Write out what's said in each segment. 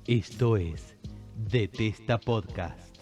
Esto es Detesta Podcast.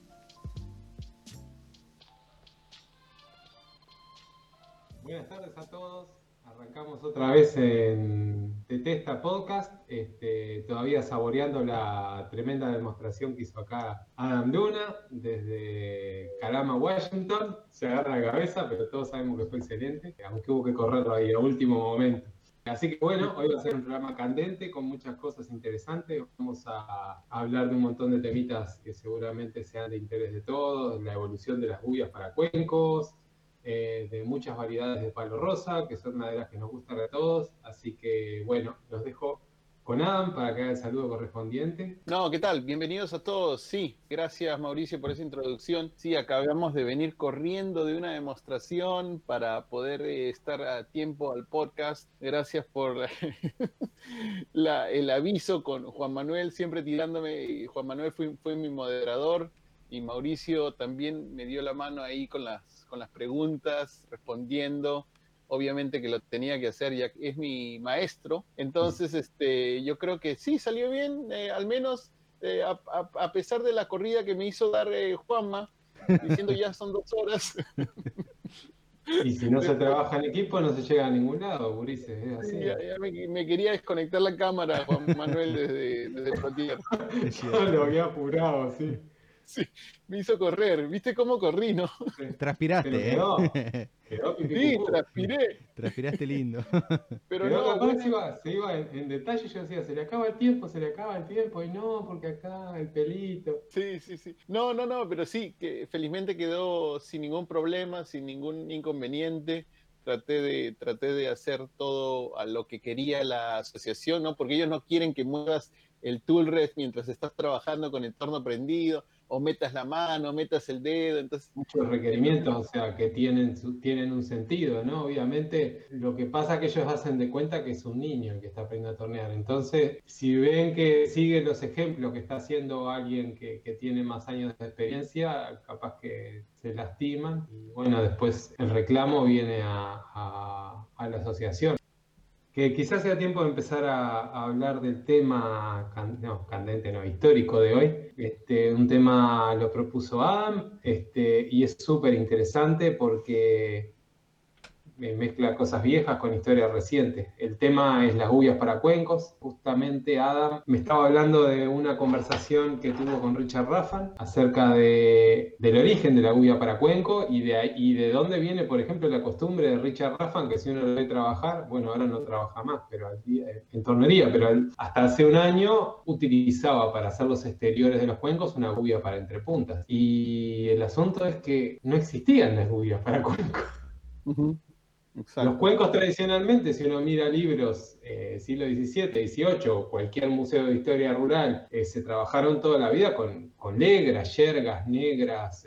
Buenas tardes a todos. Arrancamos otra vez en Detesta Podcast, todavía saboreando la tremenda demostración que hizo acá Adam Luna desde Calama, Washington. Se agarra la cabeza, pero todos sabemos que fue excelente, aunque hubo que correrlo ahí a último momento. Así que bueno, hoy va a ser un programa candente con muchas cosas interesantes. Vamos a hablar de un montón de temitas que seguramente sean de interés de todos, la evolución de las guías para cuencos, de muchas variedades de palo rosa, que son una de las que nos gustan a todos. Así que bueno, los dejo con Adam para que haga el saludo correspondiente. No, ¿qué tal? Bienvenidos a todos. Sí, gracias Mauricio por esa introducción. Sí, acabamos de venir corriendo de una demostración para poder estar a tiempo al podcast. Gracias por el aviso con Juan Manuel siempre tirándome. Juan Manuel fue mi moderador y Mauricio también me dio la mano ahí con las preguntas, respondiendo. Obviamente que lo tenía que hacer, ya es mi maestro. Entonces, yo creo que sí, salió bien, al menos a pesar de la corrida que me hizo dar Juanma, diciendo ya son 2 horas. Y si no se trabaja en equipo, no se llega a ningún lado, Ulises, es así. Ya me quería desconectar la cámara, Juan Manuel, desde Frontier. Yo lo había apurado, sí. Sí, me hizo correr. ¿Viste cómo corrí, no? Transpiraste, Quedó pipí Sí, cucú. transpiré. Transpiraste lindo. Pero Quedó no, capaz, se iba en detalle. Yo decía, se le acaba el tiempo, y no, porque acá el pelito. Sí. No, pero sí, que felizmente quedó sin ningún problema, sin ningún inconveniente. Traté de hacer todo a lo que quería la asociación, ¿no? Porque ellos no quieren que muevas el toolred mientras estás trabajando con el torno prendido, o metas la mano, metas el dedo, entonces... Muchos requerimientos, o sea, que tienen un sentido, ¿no? Obviamente, lo que pasa es que ellos hacen de cuenta que es un niño el que está aprendiendo a tornear. Entonces, si ven que sigue los ejemplos que está haciendo alguien que tiene más años de experiencia, capaz que se lastiman. Y bueno, después el reclamo viene a la asociación. Que quizás sea tiempo de empezar a hablar del tema candente, no, histórico de hoy. Un tema lo propuso Adam, y es súper interesante porque mezcla cosas viejas con historias recientes. El tema es las gubias para cuencos. Justamente Adam me estaba hablando de una conversación que tuvo con Richard Raffan acerca del origen de la gubia para cuenco y de dónde viene, por ejemplo, la costumbre de Richard Raffan, que si uno lo ve trabajar, bueno, ahora no trabaja más, pero en tornería, pero hasta hace un año utilizaba para hacer los exteriores de los cuencos una gubia para entrepuntas. Y el asunto es que no existían las gubias para cuencos. Uh-huh. Los cuencos tradicionalmente, si uno mira libros siglo XVII, XVIII o cualquier museo de historia rural, se trabajaron toda la vida con negras, yergas negras.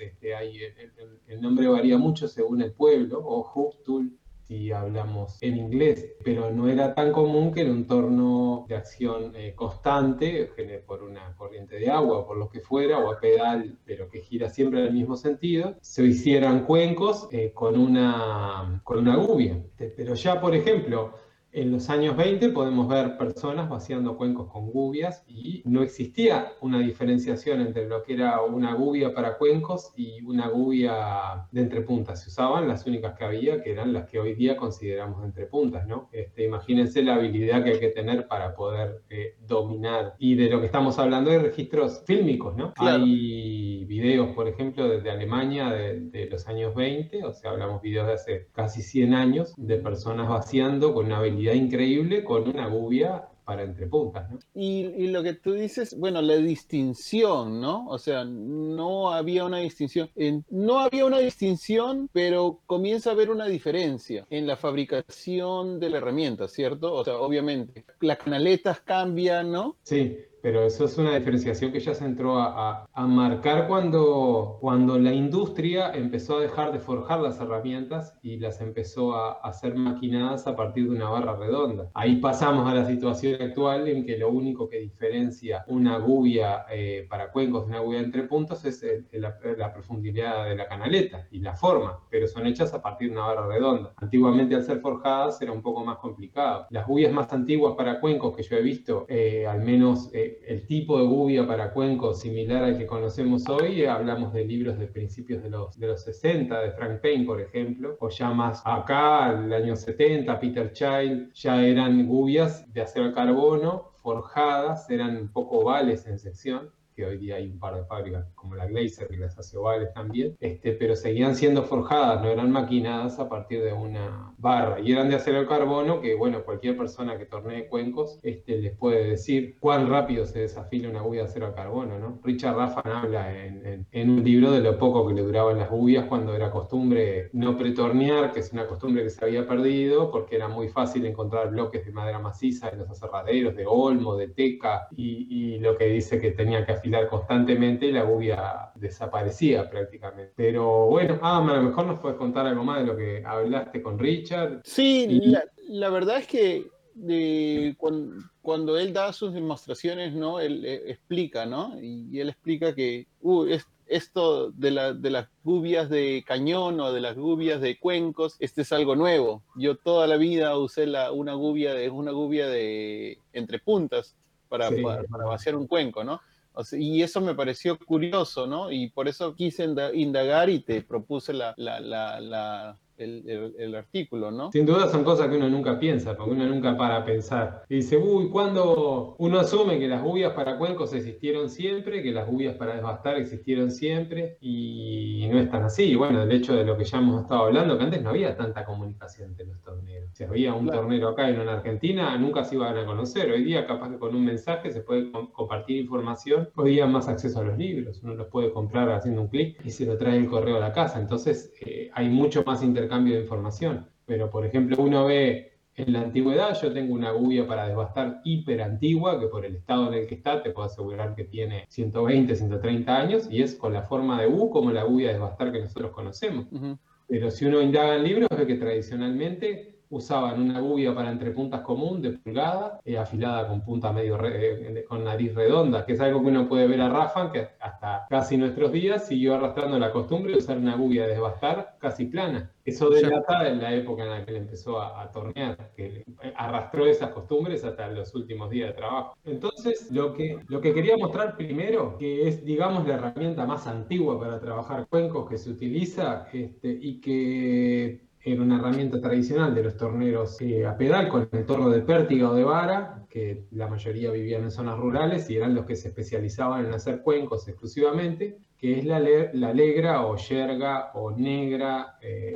El nombre varía mucho según el pueblo, o huptul si hablamos en inglés, pero no era tan común que en un torno de acción constante, por una corriente de agua o por lo que fuera, o a pedal, pero que gira siempre en el mismo sentido, se hicieran cuencos con una gubia. Pero ya, por ejemplo, en los años 20 podemos ver personas vaciando cuencos con gubias y no existía una diferenciación entre lo que era una gubia para cuencos y una gubia de entrepuntas. Se usaban las únicas que había, que eran las que hoy día consideramos de entrepuntas, ¿no? Imagínense la habilidad que hay que tener para poder dominar. Y de lo que estamos hablando hay registros fílmicos, ¿no? Claro. Hay videos, por ejemplo, desde Alemania de los años 20, o sea, hablamos videos de hace casi 100 años, de personas vaciando con una habilidad increíble con una gubia para entrepuntas, ¿no? Y lo que tú dices, bueno, la distinción, ¿no? O sea, no había una distinción. No había una distinción, pero comienza a haber una diferencia en la fabricación de la herramienta, ¿cierto? O sea, obviamente, las canaletas cambian, ¿no? Sí, pero eso es una diferenciación que ya se entró a marcar cuando la industria empezó a dejar de forjar las herramientas y las empezó a hacer maquinadas a partir de una barra redonda. Ahí pasamos a la situación actual en que lo único que diferencia una gubia para cuencos de una gubia entre puntos es la profundidad de la canaleta y la forma, pero son hechas a partir de una barra redonda. Antiguamente, al ser forjadas, era un poco más complicado. Las gubias más antiguas para cuencos que yo he visto, al menos el tipo de gubia para cuencos similar al que conocemos hoy, hablamos de libros de principios de los 60, de Frank Payne, por ejemplo, o ya más acá, el año 70, Peter Child, ya eran gubias de acero al carbono, forjadas, eran un poco ovales en sección, que hoy día hay un par de fábricas como la Glaser que las hace ovales también, pero seguían siendo forjadas, no eran maquinadas a partir de una barra, y eran de acero al carbono, que bueno, cualquier persona que tornee cuencos les puede decir cuán rápido se desafila una gubia de acero al carbono, ¿no? Richard Raffan habla en un libro de lo poco que le duraban las gubias cuando era costumbre no pretornear, que es una costumbre que se había perdido, porque era muy fácil encontrar bloques de madera maciza en los aserraderos de olmo, de teca, y lo que dice que tenía que afilar constantemente y la gubia desaparecía prácticamente. Pero bueno, a lo mejor nos puedes contar algo más de lo que hablaste con Richard. Sí, la verdad es que cuando él da sus demostraciones, ¿no? Él explica, ¿no? Y él explica que esto de las gubias de cañón o de las gubias de cuencos, es algo nuevo. Yo toda la vida usé una gubia de entre puntas para vaciar un cuenco, ¿no? O sea, y eso me pareció curioso, ¿no? Y por eso quise indagar y te propuse el artículo, ¿no? Sin duda son cosas que uno nunca piensa, porque uno nunca para a pensar. Y dice, ¿cuándo? Uno asume que las gubias para cuencos existieron siempre, que las gubias para desbastar existieron siempre, y no es tan así. Bueno, del hecho de lo que ya hemos estado hablando, que antes no había tanta comunicación entre los torneros. Si había un tornero acá y uno en Argentina, nunca se iban a conocer. Hoy día, capaz que con un mensaje se puede compartir información. Hoy día más acceso a los libros. Uno los puede comprar haciendo un clic y se lo trae el correo a la casa. Entonces, hay mucho más intercambio de información. Pero, por ejemplo, uno ve en la antigüedad, yo tengo una gubia para desbastar hiper antigua, que por el estado en el que está, te puedo asegurar que tiene 120, 130 años, y es con la forma de U como la gubia de desbastar que nosotros conocemos. Uh-huh. Pero si uno indaga en libros, ve que tradicionalmente usaban una gubia para entrepuntas común de pulgada, afilada con punta medio con nariz redonda, que es algo que uno puede ver a Raffan, que hasta casi nuestros días siguió arrastrando la costumbre de usar una gubia de desbastar casi plana. Eso delata en la época en la que él empezó a tornear, que arrastró esas costumbres hasta los últimos días de trabajo. Entonces, lo que quería mostrar primero, que es, digamos, la herramienta más antigua para trabajar cuencos que se utiliza, y que era una herramienta tradicional de los torneros a pedal, con el torno de pértiga o de vara, que la mayoría vivían en zonas rurales y eran los que se especializaban en hacer cuencos exclusivamente, que es la legra o yerga o negra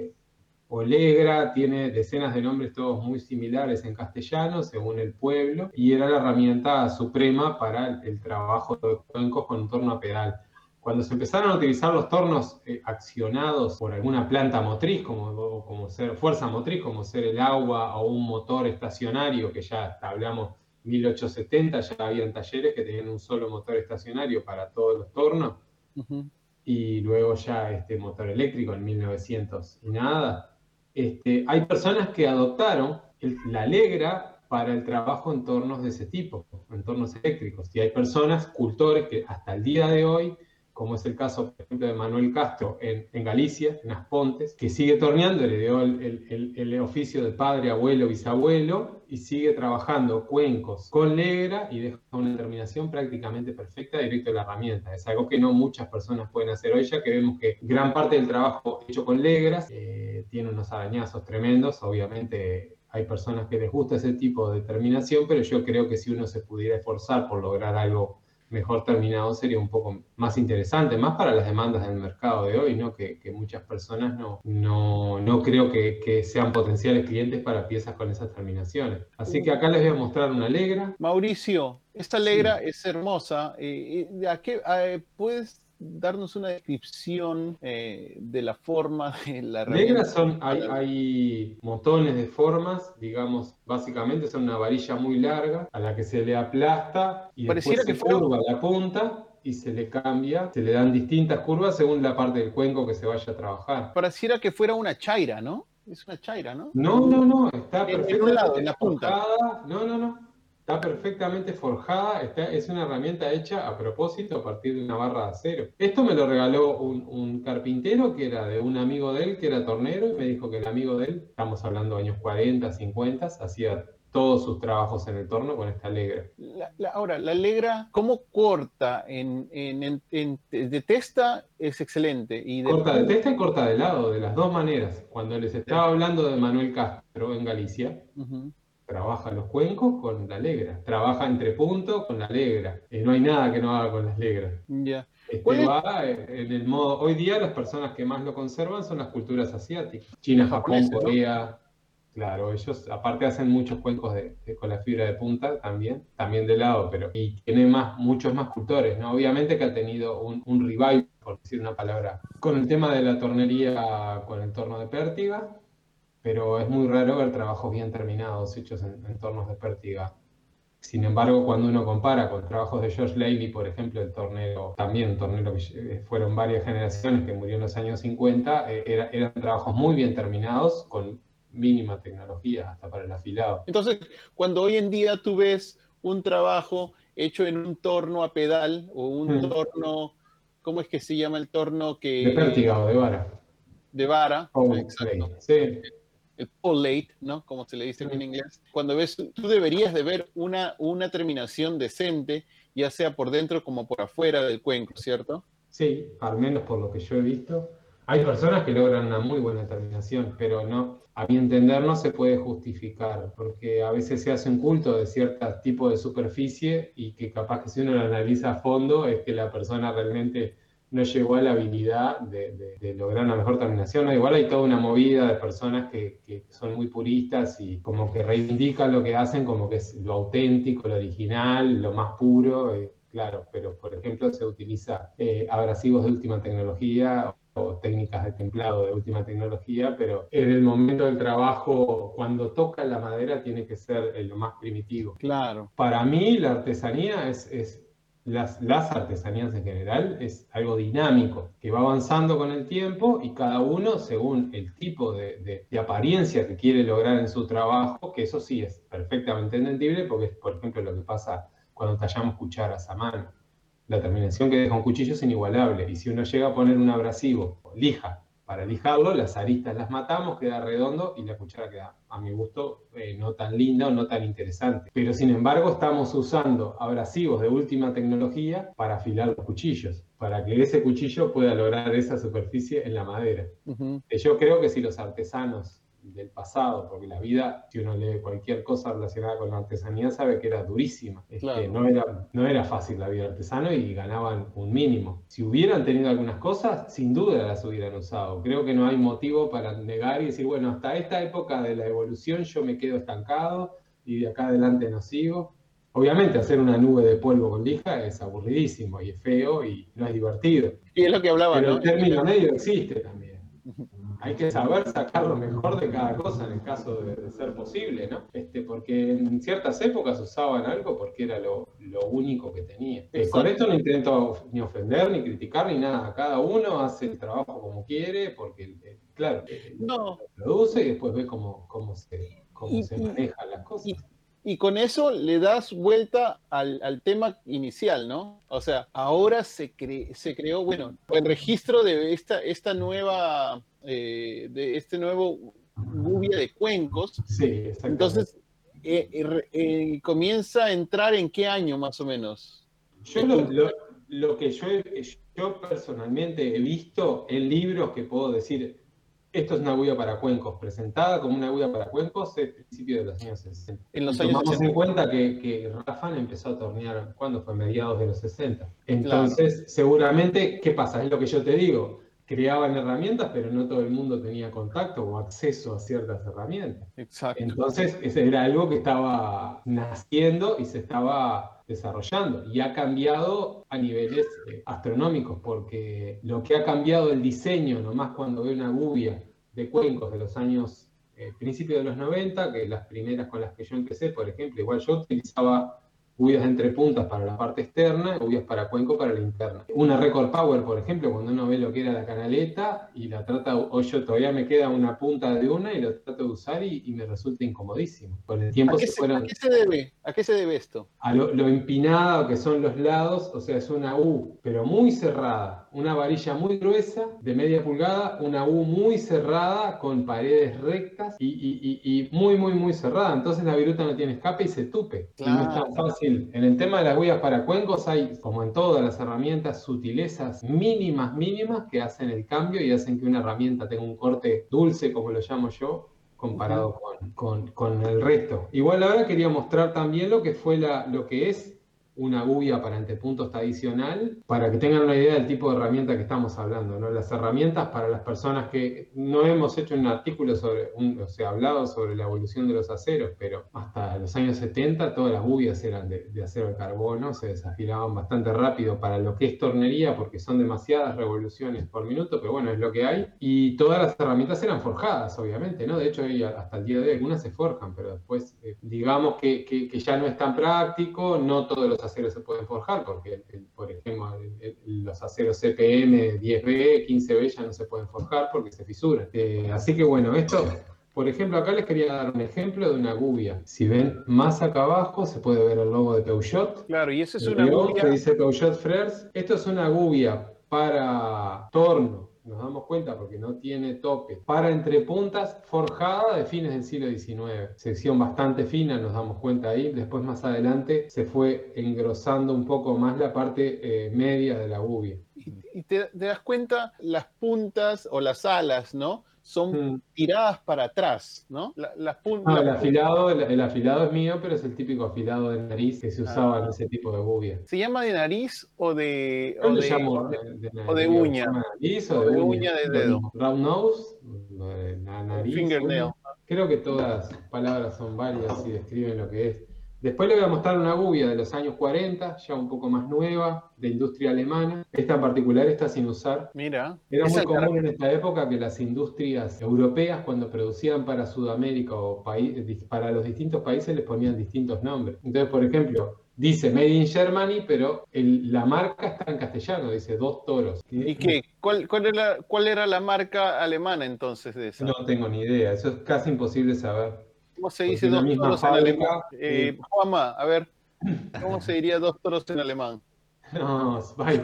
o legra. Tiene decenas de nombres todos muy similares en castellano según el pueblo, y era la herramienta suprema para el trabajo de cuencos con un torno a pedal. Cuando se empezaron a utilizar los tornos accionados por alguna planta motriz, como ser fuerza motriz, como ser el agua o un motor estacionario, que ya hablamos 1870, ya habían talleres que tenían un solo motor estacionario para todos los tornos, uh-huh. Y luego ya motor eléctrico en 1900 y nada. Hay personas que adoptaron la legra para el trabajo en tornos de ese tipo, en tornos eléctricos, y hay personas, cultores, que hasta el día de hoy, como es el caso, por ejemplo, de Manuel Castro en Galicia, en As Pontes, que sigue torneando, le dio el oficio de padre, abuelo, bisabuelo, y sigue trabajando cuencos con legra y deja una terminación prácticamente perfecta directo de la herramienta. Es algo que no muchas personas pueden hacer hoy, ya que vemos que gran parte del trabajo hecho con legras tiene unos arañazos tremendos. Obviamente hay personas que les gusta ese tipo de terminación, pero yo creo que si uno se pudiera esforzar por lograr algo mejor terminado, sería un poco más interesante, más para las demandas del mercado de hoy, ¿no? Que muchas personas no creo que sean potenciales clientes para piezas con esas terminaciones. Así que acá les voy a mostrar una legra. Mauricio, esta legra es hermosa. ¿Puedes darnos una descripción de la forma de la herramienta? Legras hay montones de formas, digamos, básicamente son una varilla muy larga a la que se le aplasta y pareciera después se curva la punta y se le cambia, se le dan distintas curvas según la parte del cuenco que se vaya a trabajar. Pareciera que fuera una chaira, ¿no? Es una chaira, ¿no? No, está perfectamente en un lado, en la punta. No. Está perfectamente forjada, es una herramienta hecha a propósito a partir de una barra de acero. Esto me lo regaló un carpintero que era de un amigo de él, que era tornero, y me dijo que el amigo de él, estamos hablando de años 40, 50, hacía todos sus trabajos en el torno con esta Alegra. Ahora, la Alegra, ¿cómo corta? De testa es excelente. Y de Corta de punta. testa y corta de lado, de las dos maneras. Cuando les estaba hablando de Manuel Castro en Galicia, Uh-huh. trabaja los cuencos con la Alegra, trabaja entre punto con la Alegra. No hay nada que no haga con las Alegras. Ya. ¿Cuál es Va en el modo. Hoy día las personas que más lo conservan son las culturas asiáticas. China, los Japón, japoneses, no? Corea. Claro, ellos aparte hacen muchos cuencos con la fibra de punta también de lado, pero y tiene muchos más cultores, ¿no? Obviamente que ha tenido un revival, por decir una palabra, con el tema de la tornería con el torno de pértiga, pero es muy raro ver trabajos bien terminados hechos en tornos de pértiga. Sin embargo, cuando uno compara con trabajos de George Lely, por ejemplo, el tornero, también un tornero que fueron varias generaciones, que murió en los años 50, eran trabajos muy bien terminados, con mínima tecnología, hasta para el afilado. Entonces, cuando hoy en día tú ves un trabajo hecho en un torno a pedal o un torno, ¿cómo es que se llama el torno De que pértiga o de vara. de vara? Oh, Exacto. sí. El pullate, ¿no? Como se le dice aquí en inglés. Cuando ves, tú deberías de ver una terminación decente, ya sea por dentro como por afuera del cuenco, ¿cierto? Sí, al menos por lo que yo he visto. Hay personas que logran una muy buena terminación, pero no, a mi entender no se puede justificar, porque a veces se hace un culto de cierto tipo de superficie y que capaz que si uno lo analiza a fondo es que la persona realmente no llegó a la habilidad de lograr una mejor terminación, ¿no? Igual hay toda una movida de personas que son muy puristas y como que reivindican lo que hacen como que es lo auténtico, lo original, lo más puro. Claro, pero por ejemplo se utiliza abrasivos de última tecnología o técnicas de templado de última tecnología, pero en el momento del trabajo, cuando toca la madera, tiene que ser lo más primitivo. Claro. Para mí la artesanía las artesanías en general es algo dinámico, que va avanzando con el tiempo y cada uno según el tipo de apariencia que quiere lograr en su trabajo, que eso sí es perfectamente entendible porque es, por ejemplo, lo que pasa cuando tallamos cucharas a mano. La terminación que deja un cuchillo es inigualable. Y si uno llega a poner un abrasivo, lija, para lijarlo, las aristas las matamos, queda redondo y la cuchara queda, a mi gusto, no tan linda o no tan interesante. Pero sin embargo, estamos usando abrasivos de última tecnología para afilar los cuchillos, para que ese cuchillo pueda lograr esa superficie en la madera. Uh-huh. Yo creo que si los artesanos del pasado, porque la vida, si uno lee cualquier cosa relacionada con la artesanía, sabe que era durísima. Claro. No era fácil la vida artesano y ganaban un mínimo. Si hubieran tenido algunas cosas, sin duda las hubieran usado. Creo que no hay motivo para negar y decir, bueno, hasta esta época de la evolución yo me quedo estancado y de acá adelante no sigo. Obviamente hacer una nube de polvo con lija es aburridísimo y es feo y no es divertido. Y es lo que hablaba, Pero ¿no? el término medio existe también. Hay que saber sacar lo mejor de cada cosa en el caso de ser posible, ¿no? Porque en ciertas épocas usaban algo porque era lo único que tenía. Con esto no intento ni ofender, ni criticar, ni nada. Cada uno hace el trabajo como quiere, porque, claro, No. lo produce y después ve cómo se manejan las cosas. Y con eso le das vuelta al tema inicial, ¿no? O sea, ahora se creó, bueno, el registro de esta nueva, de este nuevo lluvia de cuencos. Sí, exactamente. Entonces, comienza a entrar en qué año más o menos. Yo lo que yo personalmente he visto en libros que puedo decir, esto es una agulla para cuencos, presentada como una agulla para cuencos es principio de los años 60. En los años Tomamos 60. en cuenta que Rafan empezó a tornear, ¿cuándo fue? Mediados de los 60. Entonces, claro, seguramente, ¿qué pasa? Es lo que yo te digo. Creaban herramientas, pero no todo el mundo tenía contacto o acceso a ciertas herramientas. Exacto. Entonces, ese era algo que estaba naciendo y se estaba desarrollando. Y ha cambiado a niveles astronómicos, porque lo que ha cambiado el diseño, nomás cuando veo una gubia de cuencos de los años, principios de los 90, que las primeras con las que yo empecé, por ejemplo, igual yo utilizaba gubias entre puntas para la parte externa, gubias para cuenco para la interna. Una Record Power, por ejemplo, cuando uno ve lo que era la canaleta y la trata, o yo todavía me queda una punta de una y lo trato de usar y me resulta incomodísimo. Con el tiempo ¿A qué se debe? ¿A qué se debe esto? a lo empinado que son los lados, o sea, es una U, pero muy cerrada, una varilla muy gruesa, de media pulgada, una U muy cerrada, con paredes rectas y muy, muy, muy cerrada. Entonces la viruta no tiene escape y se tupe. Y no es tan fácil. En el tema de las guías para cuencos hay, como en todas las herramientas, sutilezas mínimas, mínimas que hacen el cambio y hacen que una herramienta tenga un corte dulce, como lo llamo yo, comparado con el resto. Igual ahora quería mostrar también lo que fue lo que es una gubia para antepuntos tradicional, para que tengan una idea del tipo de herramienta que estamos hablando, ¿no? Las herramientas para las personas que no hemos hecho un artículo o sea, hablado sobre la evolución de los aceros, pero hasta los años 70 todas las gubias eran de acero de carbono, se desafilaban bastante rápido para lo que es tornería, porque son demasiadas revoluciones por minuto, pero bueno, es lo que hay. Y todas las herramientas eran forjadas, obviamente, ¿no? De hecho, hasta el día de hoy algunas se forjan, pero después, digamos que ya no es tan práctico, no todos los aceros se pueden forjar, porque, por ejemplo, los aceros CPM 10B, 15B ya no se pueden forjar porque se fisuran. Así que bueno, esto, por ejemplo, acá les quería dar un ejemplo de una gubia. Si ven más acá abajo, se puede ver el logo de Peugeot. Claro, y eso es El una león gubia. que dice Peugeot Frères. Esto es una gubia para torno. Nos damos cuenta porque no tiene tope. Para entrepuntas, forjada de fines del siglo XIX. Sección bastante fina, nos damos cuenta ahí. Después, más adelante, se fue engrosando un poco más la parte media de la gubia. Y te das cuenta, las puntas o las alas, ¿no? Son tiradas para atrás, ¿no? El afilado es mío, pero es el típico afilado de nariz que se usaba en ese tipo de gubia. ¿Se llama de nariz o de, Yo le llamo de uña? Nariz O de uña de dedo. Round nose, la nariz. Fingernail. Creo que todas las palabras son válidas y describen lo que es. Después le voy a mostrar una gubia de los años 40, ya un poco más nueva, de industria alemana. Esta en particular está sin usar. Mira. Era muy común en esta época que las industrias europeas, cuando producían para Sudamérica o para los distintos países, les ponían distintos nombres. Entonces, por ejemplo, dice Made in Germany, pero la marca está en castellano, dice Dos Toros. ¿Y qué? ¿Cuál era la marca alemana entonces de esa? No tengo ni idea, eso es casi imposible saber. ¿Cómo se dice Dos Toros en alemán? Juanma, a ver, ¿cómo se diría Dos Toros en alemán? No,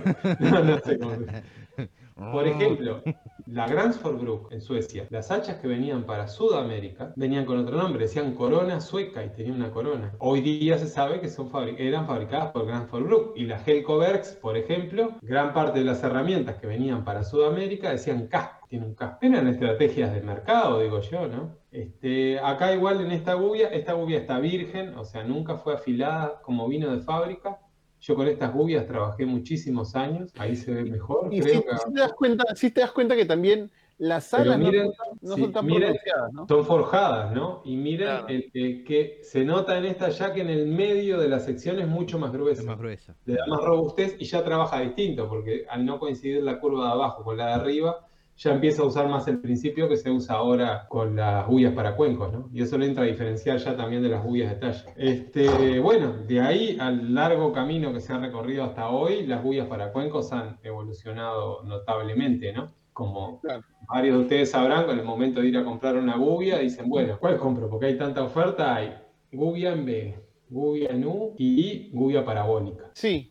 no sé cómo. Por ejemplo, la Gränsförbund en Suecia, las hachas que venían para Sudamérica venían con otro nombre, decían corona sueca y tenía una corona. Hoy día se sabe que eran fabricadas por Gränsförbund. Y la Helcowerks, por ejemplo, gran parte de las herramientas que venían para Sudamérica decían casco, tiene un casco. Eran estrategias de mercado, digo yo, ¿no? Acá igual en esta gubia está virgen, o sea, nunca fue afilada como vino de fábrica. Yo con estas gubias trabajé muchísimos años, ahí se ve mejor. Y si te das cuenta que también las alas no son tan pronunciadas, ¿no? Son forjadas, ¿no? Y miren que se nota en esta ya que en el medio de la sección es mucho más gruesa. Le da más robustez y ya trabaja distinto, porque al no coincidir la curva de abajo con la de arriba, ya empieza a usar más el principio que se usa ahora con las gubias para cuencos, ¿no? Y eso le entra a diferenciar ya también de las gubias de talla. Bueno, de ahí al largo camino que se ha recorrido hasta hoy, las gubias para cuencos han evolucionado notablemente, ¿no? Como varios de ustedes sabrán, con el momento de ir a comprar una gubia, dicen, bueno, ¿cuál compro? Porque hay tanta oferta, hay gubia en B, gubia en U y gubia parabólica. Sí,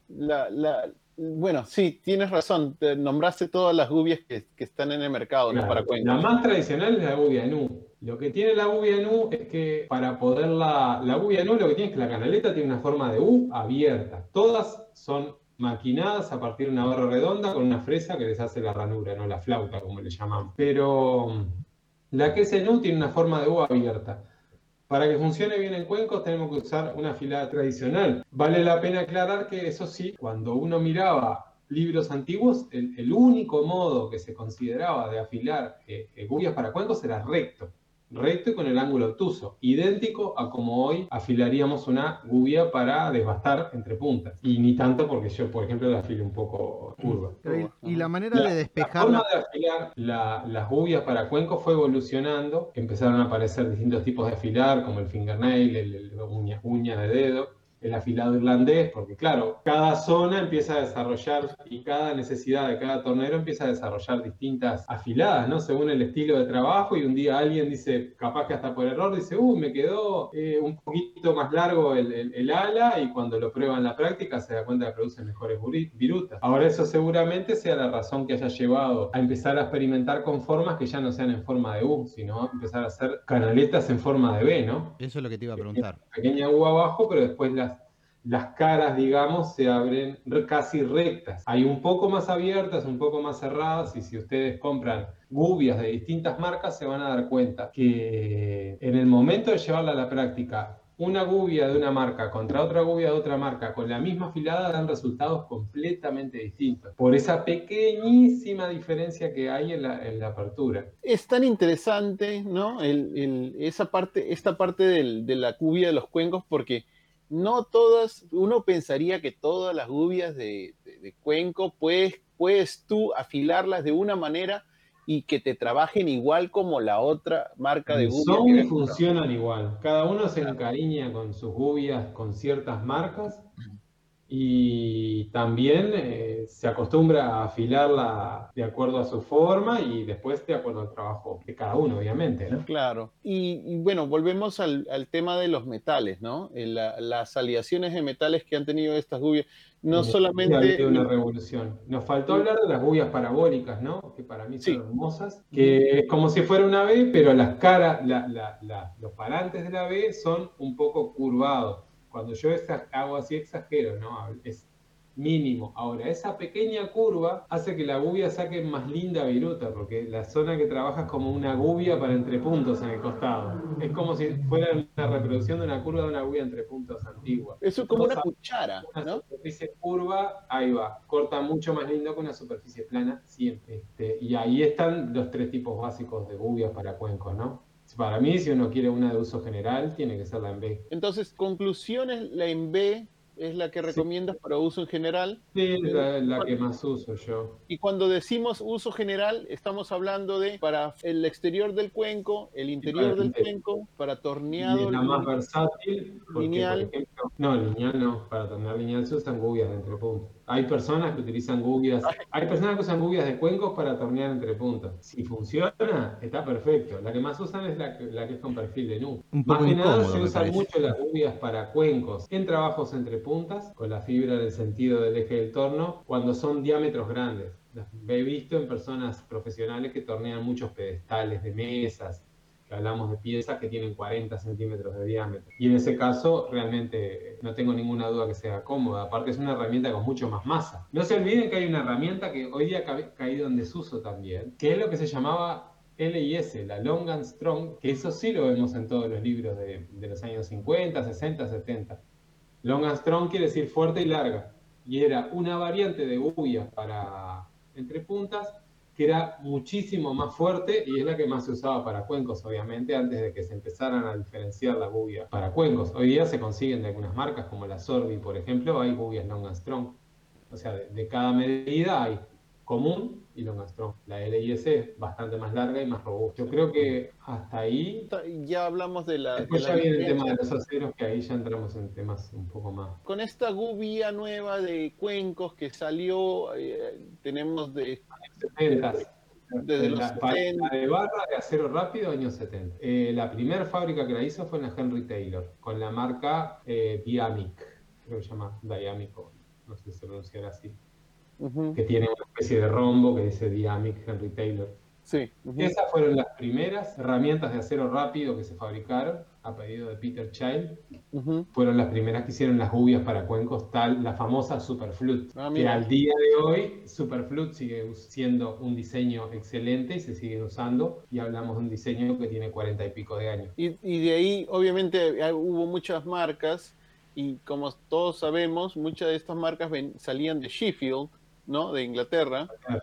bueno, sí, tienes razón. Te nombraste todas las gubias que están en el mercado, claro, ¿no? Para cuencos. La más tradicional es la gubia en U. Lo que tiene la gubia en U es que para poderla... La gubia en U lo que tiene es que la canaleta tiene una forma de U abierta. Todas son maquinadas a partir de una barra redonda con una fresa que les hace la ranura, no la flauta, como le llamamos. Pero la que es en U tiene una forma de U abierta. Para que funcione bien en cuencos tenemos que usar una afilada tradicional. Vale la pena aclarar que eso sí, cuando uno miraba libros antiguos, el único modo que se consideraba de afilar gubias para cuencos era recto y con el ángulo obtuso, idéntico a como hoy afilaríamos una gubia para desbastar entre puntas. Y ni tanto porque yo, por ejemplo, la afilo un poco curva. Y la manera de despejar... La forma de afilar las gubias para cuencos fue evolucionando. Empezaron a aparecer distintos tipos de afilar, como el fingernail, uña de dedo. el afilado irlandés, porque claro, cada zona empieza a desarrollar y cada necesidad de cada tornero empieza a desarrollar distintas afiladas, ¿no? Según el estilo de trabajo, y un día alguien dice, capaz que hasta por error, dice, me quedó un poquito más largo el ala, y cuando lo prueba en la práctica se da cuenta que produce mejores virutas. Ahora eso seguramente sea la razón que haya llevado a empezar a experimentar con formas que ya no sean en forma de U, sino empezar a hacer canaletas en forma de B, ¿no? Eso es lo que te iba a preguntar. Pequeña U abajo, pero después las caras, digamos, se abren casi rectas. Hay un poco más abiertas, un poco más cerradas, y si ustedes compran gubias de distintas marcas, se van a dar cuenta que en el momento de llevarla a la práctica, una gubia de una marca contra otra gubia de otra marca con la misma afilada dan resultados completamente distintos, por esa pequeñísima diferencia que hay en la apertura. Es tan interesante, ¿no? Esta parte de la gubia de los cuencos, porque no todas, uno pensaría que todas las gubias de cuenco puedes tú afilarlas de una manera y que te trabajen igual como la otra marca de gubia. Son y funcionan igual. Cada uno se encariña con sus gubias, con ciertas marcas, y también se acostumbra a afilarla de acuerdo a su forma y después de acuerdo al trabajo de cada uno, obviamente, ¿no? Claro. Y bueno, volvemos al tema de los metales, ¿no? Las aleaciones de metales que han tenido estas gubias. No solamente... Ha habido una revolución. Nos faltó hablar de las gubias parabólicas, ¿no? Que para mí son Sí. hermosas. Que es como si fuera una B, pero las caras, los parantes de la B son un poco curvados. Cuando yo hago así exagero, ¿no? Es mínimo. Ahora, esa pequeña curva hace que la gubia saque más linda viruta, porque la zona que trabaja es como una gubia para entrepuntos en el costado. Es como si fuera una reproducción de una curva de una gubia entrepuntos antigua. Eso es como una cuchara, una ¿no? superficie curva, ahí va. Corta mucho más lindo que una superficie plana siempre. Y ahí están los tres tipos básicos de gubias para cuencos, ¿no? Para mí, si uno quiere una de uso general, tiene que ser la en B. Entonces, conclusiones, la en B es la que recomiendas para uso en general. Sí, la que más uso yo. Y cuando decimos uso general, estamos hablando de para el exterior del cuenco, el interior del cuenco, para torneado. Y es la más versátil, porque, lineal. por ejemplo, no, lineal no, para tornear lineal se usan gubias de entrepuntas. Hay personas que utilizan gubias, hay personas que usan gubias de cuencos para tornear entre puntas. Si funciona, está perfecto. La que más usan es la que es con perfil de nu. Un poco Más que nada incómodo, se me usan parece. mucho las gubias para cuencos en trabajos entre puntas, con la fibra en el sentido del eje del torno, cuando son diámetros grandes. Las he visto en personas profesionales que tornean muchos pedestales de mesas, que hablamos de piezas que tienen 40 centímetros de diámetro. Y en ese caso, realmente no tengo ninguna duda que sea cómoda. Aparte, es una herramienta con mucho más masa. No se olviden que hay una herramienta que hoy día ha caído en desuso también, que es lo que se llamaba LIS, la Long and Strong, que eso sí lo vemos en todos los libros de los años 50, 60, 70. Long and Strong quiere decir fuerte y larga. Y era una variante de gubia para entre puntas, que era muchísimo más fuerte y es la que más se usaba para cuencos, obviamente, antes de que se empezaran a diferenciar la gubia para cuencos. Hoy día se consiguen de algunas marcas, como la Sorbi, por ejemplo, hay gubias Long and Strong. O sea, de cada medida hay común y Long and Strong. La LIS es bastante más larga y más robusta. Yo creo que hasta ahí... Ya hablamos de la... Después ya viene el tema de los aceros, que ahí ya entramos en temas un poco más. Con esta gubia nueva de cuencos que salió, tenemos de... 70. Desde los 70. La de barra de acero rápido, años 70. La primera fábrica que la hizo fue en la Henry Taylor, con la marca Diamic, creo que se llama Diamico, no sé si se pronunciará así, que tiene una especie de rombo que dice Diamic Henry Taylor. Sí. Esas fueron las primeras herramientas de acero rápido que se fabricaron a pedido de Peter Child. Fueron las primeras que hicieron las gubias para cuencos, la famosa Superflute, que al día de hoy Superflute sigue siendo un diseño excelente y se siguen usando, y hablamos de un diseño que tiene 40 y pico de años. Y de ahí obviamente hubo muchas marcas, y como todos sabemos, muchas de estas marcas salían de Sheffield, ¿no? De Inglaterra. Claro.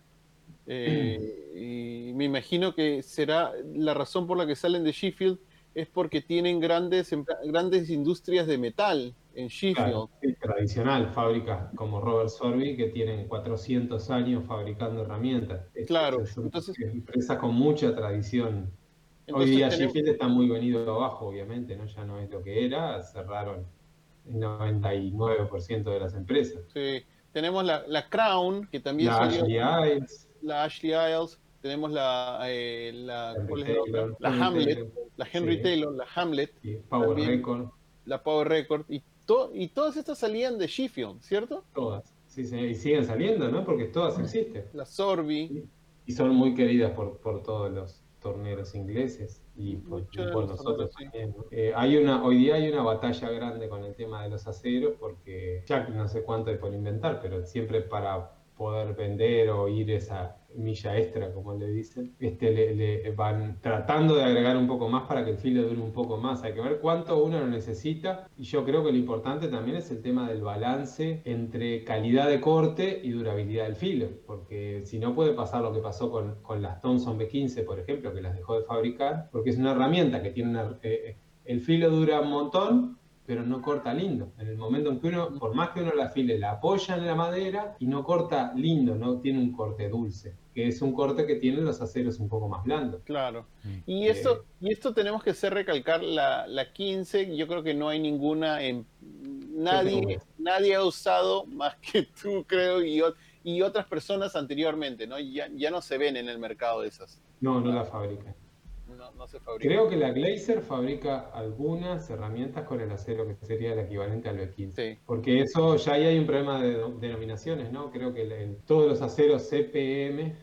Y me imagino que será la razón por la que salen de Sheffield es porque tienen grandes industrias de metal en Sheffield. Claro, sí, tradicional, fábricas como Robert Sorby que tienen 400 años fabricando herramientas. Claro. Son empresas con mucha tradición. Hoy día Sheffield está muy venido abajo, obviamente, ¿no? Ya no es lo que era, cerraron el 99% de las empresas. Sí. Tenemos la Crown, que también La salió, Ashley Ives, la Ashley Isles, tenemos Henry ¿cuál es la otra? Taylor, La Henry Hamlet, Taylor, la Henry sí, Taylor, la Hamlet, y Power también Record, la Power Record, y todas estas salían de Sheffield, ¿cierto? todas. Sí, sí, y siguen saliendo, ¿no? Porque todas existen. La Sorby, Y son muy queridas por todos los torneros ingleses y muchos de por los nosotros torneos, sí. también, ¿no? Hoy día hay una batalla grande con el tema de los aceros porque ya no sé cuánto hay por inventar, pero siempre para poder vender o ir esa milla extra, como le dicen, le van tratando de agregar un poco más para que el filo dure un poco más. Hay que ver cuánto uno lo necesita y yo creo que lo importante también es el tema del balance entre calidad de corte y durabilidad del filo, porque si no puede pasar lo que pasó con las Thomson B15, por ejemplo, que las dejó de fabricar, porque es una herramienta que tiene el filo dura un montón, pero no corta lindo. En el momento en que uno, por más que uno la afile, la apoya en la madera y no corta lindo, no tiene un corte dulce, que es un corte que tienen los aceros un poco más blandos. Claro. Eh, Y esto tenemos que hacer recalcar la 15, yo creo que no hay ninguna, yo tengo una. nadie ha usado más que tú, creo, y otras personas anteriormente, ¿no? Ya no se ven en el mercado de esas. No, no la fabrican. No se fabrican. Creo que la Glazer fabrica algunas herramientas con el acero que sería el equivalente al B15. Sí. Porque eso ya ahí hay un problema de denominaciones, ¿no? Creo que todos los aceros CPM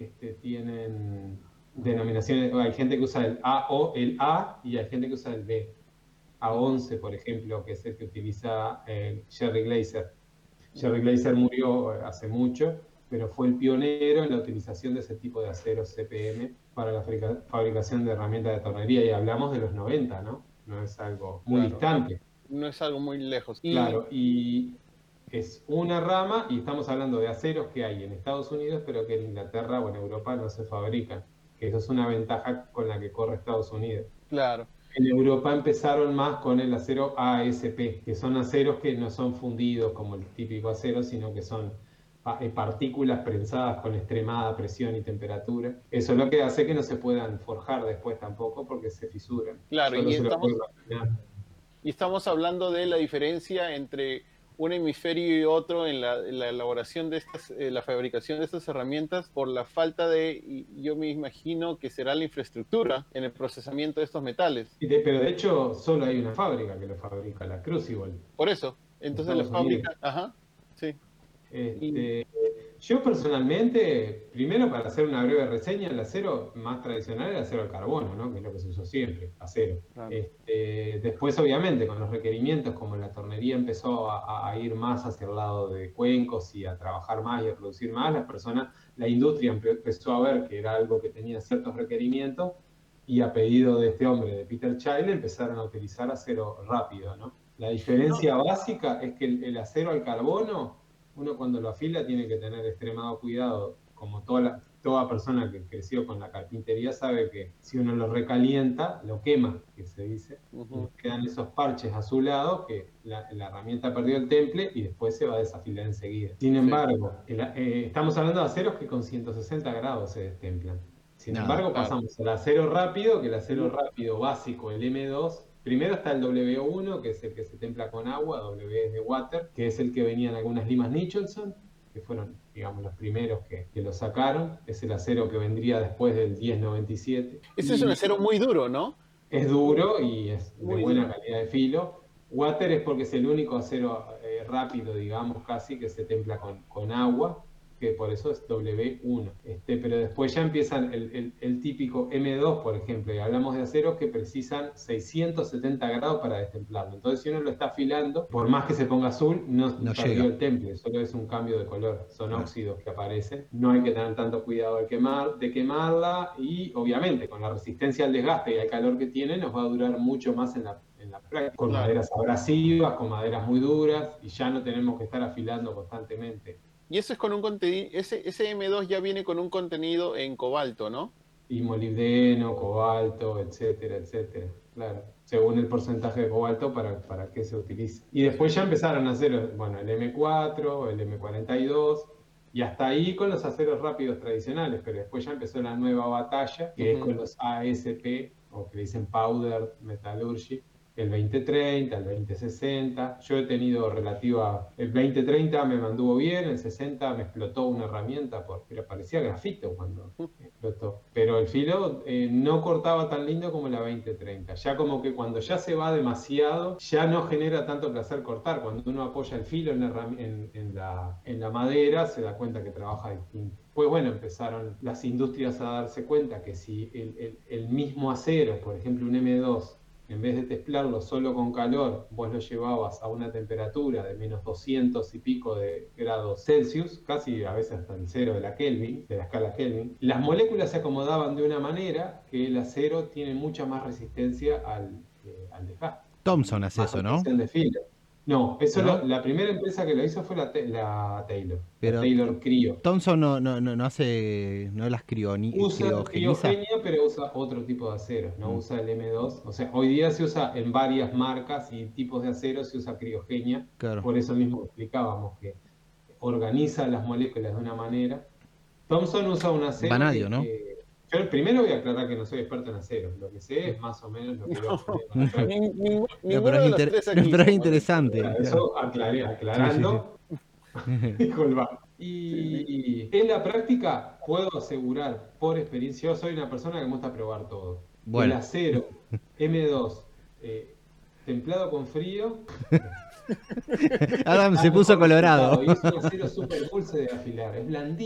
tienen denominaciones. Hay gente que usa el A y hay gente que usa el B. A11, por ejemplo, que es el que utiliza Jerry Glazer. Jerry Glazer murió hace mucho, pero fue el pionero en la utilización de ese tipo de aceros CPM para la fabricación de herramientas de tornería. Y hablamos de los 90, ¿no? No es algo muy Claro, distante. no es algo muy lejos. Claro, y es una rama, y estamos hablando de aceros que hay en Estados Unidos, pero que en Inglaterra o en Europa no se fabrican. Que eso es una ventaja con la que corre Estados Unidos. Claro. En Europa empezaron más con el acero ASP, que son aceros que no son fundidos como el típico acero, sino que son partículas prensadas con extremada presión y temperatura. Eso es lo que hace que no se puedan forjar después tampoco porque se fisuran. Claro, Solo se lo puede imaginar. y estamos hablando de la diferencia entre un hemisferio y otro en la elaboración de estas, la fabricación de estas herramientas por la falta y yo me imagino que será la infraestructura en el procesamiento de estos metales. Pero de hecho solo hay una fábrica que lo fabrica, la Crucible. Por eso, En entonces la Estados Unidos. fábrica, ajá, sí. Yo personalmente, primero para hacer una breve reseña, el acero más tradicional era el acero al carbono, ¿no? Que es lo que se usó siempre, acero. Claro. Después, obviamente, con los requerimientos, como la tornería empezó a ir más hacia el lado de cuencos y a trabajar más y a producir más, la industria empezó a ver que era algo que tenía ciertos requerimientos y a pedido de este hombre, de Peter Chile, empezaron a utilizar acero rápido, ¿no? La diferencia básica es que el acero al carbono, uno cuando lo afila tiene que tener extremado cuidado, como toda persona que creció con la carpintería sabe que si uno lo recalienta, lo quema, que se dice, quedan esos parches azulados que la herramienta perdió el temple y después se va a desafilar enseguida. Sin embargo, estamos hablando de aceros que con 160 grados se destemplan. Sin embargo, pasamos al acero rápido, que el acero rápido básico, el M2, primero está el W1, que es el que se templa con agua, W es de water, que es el que venía en algunas limas Nicholson, que fueron, digamos, los primeros que lo sacaron. Es el acero que vendría después del 1097. Ese es un acero muy duro, ¿no? Es duro y es de Muy buena duro. calidad de filo. Water es porque es el único acero rápido, digamos, casi, que se templa con agua, que por eso es W1. Pero después ya empiezan el típico M2, por ejemplo, y hablamos de aceros que precisan 670 grados para destemplarlo. Entonces, si uno lo está afilando, por más que se ponga azul, no perdió llega el temple, solo es un cambio de color. Son óxidos que aparecen. No hay que tener tanto cuidado de quemarla, y obviamente con la resistencia al desgaste y al calor que tiene, nos va a durar mucho más en la práctica, con maderas abrasivas, con maderas muy duras, y ya no tenemos que estar afilando constantemente. Y eso es con un contenido, ese M2 ya viene con un contenido en cobalto, ¿no? Y molibdeno, cobalto, etcétera, etcétera. Claro, según el porcentaje de cobalto para qué se utiliza. Y después ya empezaron a hacer, bueno, el M4, el M42, y hasta ahí con los aceros rápidos tradicionales, pero después ya empezó la nueva batalla, que es con los ASP, o que le dicen Powder Metallurgy, el 2030, el 2060. Yo he tenido el 2030 me mantuvo bien, el 60 me explotó una herramienta porque parecía grafito cuando explotó. Pero el filo no cortaba tan lindo como la 2030. Ya como que cuando ya se va demasiado, ya no genera tanto placer cortar. Cuando uno apoya el filo en la madera, se da cuenta que trabaja distinto. Pues bueno, empezaron las industrias a darse cuenta que si el mismo acero, por ejemplo un M2, en vez de templarlo solo con calor, vos lo llevabas a una temperatura de menos 200 y pico de grados Celsius, casi a veces hasta el cero de la Kelvin, de la escala Kelvin, las moléculas se acomodaban de una manera que el acero tiene mucha más resistencia al desgaste. Thomson hace Más eso, ¿no? protección de filo. No, ¿No? la primera empresa que lo hizo fue la Taylor, la Pero Taylor Cryo. Thomson no hace, no las Usa criogeniza. criogenia, pero usa otro tipo de acero, no Mm, usa el M2. O sea, hoy día se usa en varias marcas y tipos de acero, se usa criogenia. claro. Por eso mismo explicábamos que organiza las moléculas de una manera. Thomson usa un acero Vanadio, ¿no? yo primero voy a aclarar que no soy experto en acero. Lo que sé es más o menos lo que iba aprendiendo en la práctica. No, Ninguno de los tres aquí pero es somos interesante. expertos. Claro. Eso Sí, sí, sí. aclarando. Dijo el vago. Sí, sí. Y en la práctica puedo asegurar por experiencia, yo soy una persona que me gusta probar todo. El Bueno, acero M2 templado con frío Adam da se puso mejor colorado. resultado. Y es un acero súper dulce de afilar.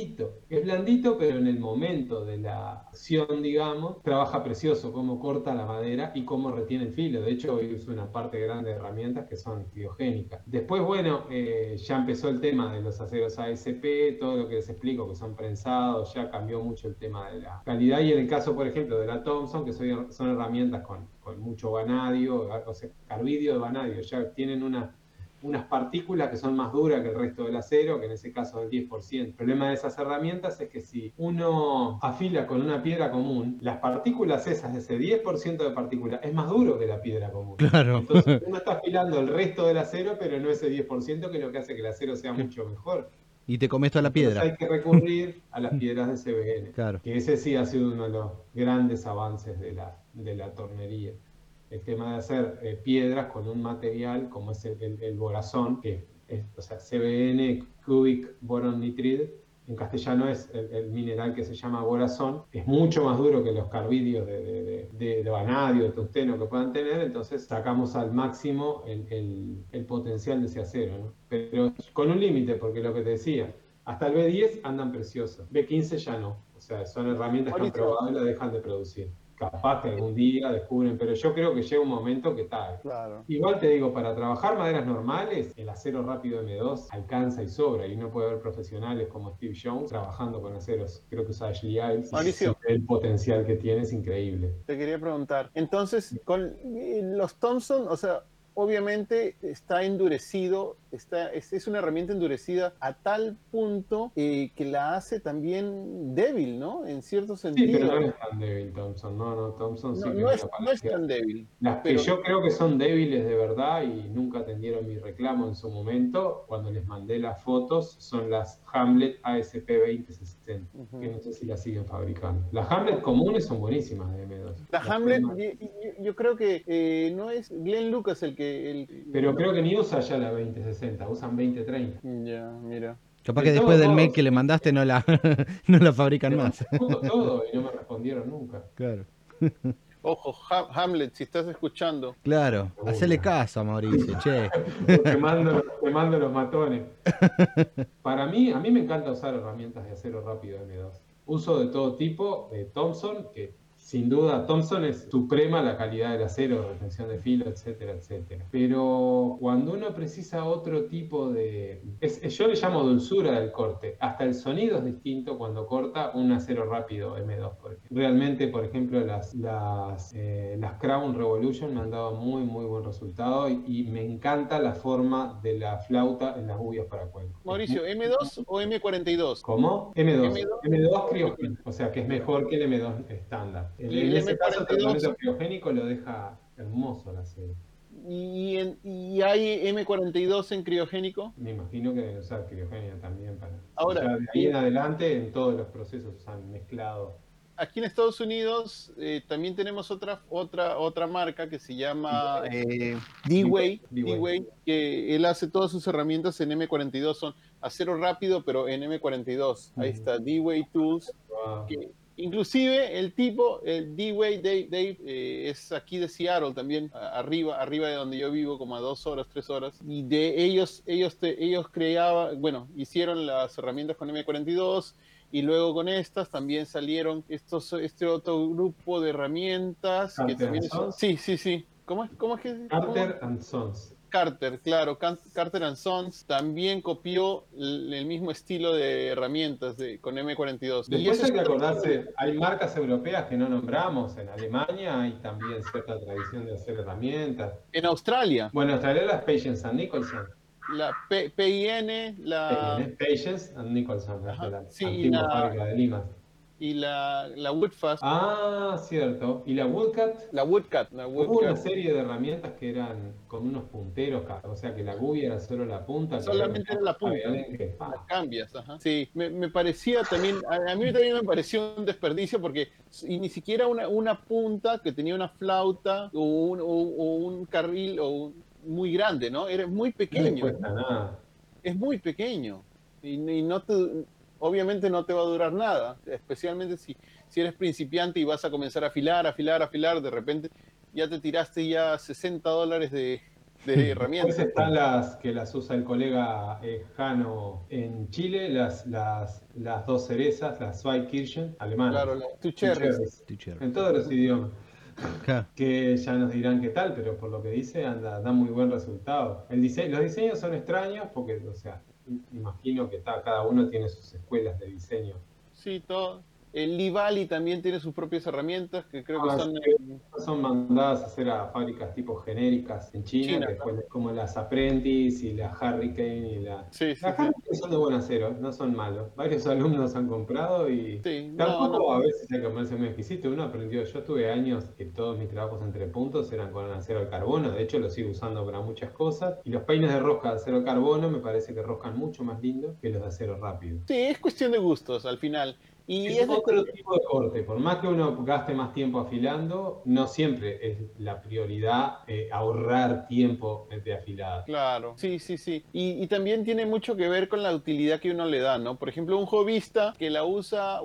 Es blandito, pero en el momento de la acción, digamos, trabaja precioso cómo corta la madera y cómo retiene el filo. De hecho, hoy uso una parte grande de herramientas que son criogénicas. Después, bueno, ya empezó el tema de los aceros ASP, todo lo que les explico, que son prensados, ya cambió mucho el tema de la calidad. Y en el caso, por ejemplo, de la Thomson, que son herramientas con mucho vanadio, o sea, carbidio de vanadio, ya tienen unas partículas que son más duras que el resto del acero, que en ese caso es el 10%. El problema de esas herramientas es que si uno afila con una piedra común, las partículas esas, ese 10% de partículas, es más duro que la piedra común. Claro. Entonces uno está afilando el resto del acero, pero no ese 10%, que es lo que hace que el acero sea mucho mejor. Y te comes toda la Entonces piedra. hay que recurrir a las piedras de CBN, Claro. que ese sí ha sido uno de los grandes avances de la tornería. El tema de hacer piedras con un material como es el borazón, que es, o sea, CBN, Cubic Boron Nitride, en castellano es el mineral que se llama borazón, es mucho más duro que los carbidios de vanadio, de tungsteno que puedan tener, entonces sacamos al máximo el potencial de ese acero, ¿no? Pero con un límite, porque lo que te decía, hasta el B10 andan preciosos, B15 ya no, o sea, son herramientas que han Mauricio, probado y la dejan de producir. Capaz que algún día descubren, pero yo creo que llega un momento que tal. claro. Igual te digo, para trabajar maderas normales, el acero rápido M2 alcanza y sobra, y uno puede ver profesionales como Steve Jones trabajando con aceros. Creo que usa Ashley Ives, Mauricio, y el potencial que tiene es increíble. te quería preguntar. Entonces, con los Thomson, o sea, obviamente está endurecido, es una herramienta endurecida a tal punto que la hace también débil, ¿no? En cierto Sí, pero sentido. no es tan débil Thompson. No, Thompson sí No, que es una no es panaceada. tan débil, Las que pero yo creo que son débiles de verdad y nunca atendieron mi reclamo en su momento, cuando les mandé las fotos, son las Hamlet ASP 2060, que no sé si las siguen fabricando. Las Hamlet comunes son buenísimas de M2. la Las Hamlet, primas. yo creo que no es Glenn Lucas el que... Pero creo que ni usa ya la 2060, usan 2030. Ya, mira. Capaz que después del mail Todos, que le mandaste no la, no la fabrican le más. mandé fotos todo y no me respondieron nunca. Claro. Ojo, Hamlet, si estás escuchando. Claro. Hacele Seguro. caso a Mauricio, che. Te mando los matones. A mí me encanta usar herramientas de acero rápido M2. Uso de todo tipo, Thomson, que sin duda Thomson es suprema la calidad del acero, retención de filo, etcétera, etcétera. Pero cuando uno precisa otro tipo yo le llamo dulzura del corte. Hasta el sonido es distinto cuando corta un acero rápido M2, por ejemplo. Realmente, por ejemplo, las Crown Revolution me han dado muy, muy buen resultado y me encanta la forma de la flauta en las guías para cuenco. Mauricio, ¿M2 o M42? ¿Cómo? M2. M2 M2 o criogénico, o sea que es M42. mejor que el M2 estándar. Y En el ese caso, el tratamiento M42, criogénico lo deja hermoso la serie. y hay M42 en criogénico. Me imagino que deben usar criogenia también para. Y Ahora, ya de ahí en adelante, en todos los procesos se han mezclado aquí en Estados Unidos también tenemos otra marca que se llama D-Way, D-Way. que él hace todas sus herramientas en M42, son acero rápido, pero en M42. Ahí está, D-Way Tools. Wow. Que inclusive el tipo, el D-Way Dave, es aquí de Seattle también, arriba de donde yo vivo, como a 2 horas, 3 horas. Y de ellos creaban, bueno, hicieron las herramientas con M42 y luego con estas también salieron este otro grupo de herramientas que Carter también and Sons. sí. ¿Cómo es que? Carter and Sons. Carter, claro, Carter and Sons también copió el mismo estilo de herramientas con M42. Y Después ese hay es que otro- acordarse, hay marcas europeas que no nombramos. En Alemania hay también cierta tradición de hacer herramientas. En Australia, Bueno, Australia las Patience and Nicholson. la PIN, Patience and Nicholson, las de ajá, la sí, antigua fábrica de Limas. y la Woodfast, Ah, cierto. ¿Y la Woodcat? la Woodcat, Hubo una serie de herramientas que eran con unos punteros, o sea que la gubia era solo la punta. Que solamente era la punta, la cambias, ajá. Sí, me parecía también, a mí también me pareció un desperdicio porque ni siquiera una punta que tenía una flauta o un carril muy grande, ¿no? Era muy No pequeño. les cuesta nada. Es muy pequeño y no obviamente no te va a durar nada, especialmente si eres principiante y vas a comenzar a afilar, de repente ya te tiraste ya $60 de Después herramientas. están las que las usa el colega Jano en Chile, las dos cerezas, las Zweikirchen alemanas. Claro, two cherries. En todos los idiomas. Claro. Que ya nos dirán qué tal, pero por lo que dice da muy buen resultado. Los diseños son extraños porque, o sea, imagino que cada uno tiene sus escuelas de diseño. Sí, todo. El Livali también tiene sus propias herramientas que creo que son mandadas a hacer a fábricas tipo genéricas en China, que después, como las Apprentice y las Hurricane y las Hurricane son de buen acero, no son malos. Varios alumnos han comprado y tampoco a veces hay que ponerse muy exquisito. Uno aprendió, yo tuve años que todos mis trabajos entre puntos eran con acero al carbono, de hecho lo sigo usando para muchas cosas, y los peines de rosca de acero al carbono me parece que roscan mucho más lindo que los de acero rápido. Sí, es cuestión de gustos al final. Y es otro tipo de corte, por más que uno gaste más tiempo afilando, no siempre es la prioridad ahorrar tiempo de afilada. Claro, sí. Y también tiene mucho que ver con la utilidad que uno le da, ¿no? Por ejemplo, un hobbyista que la usa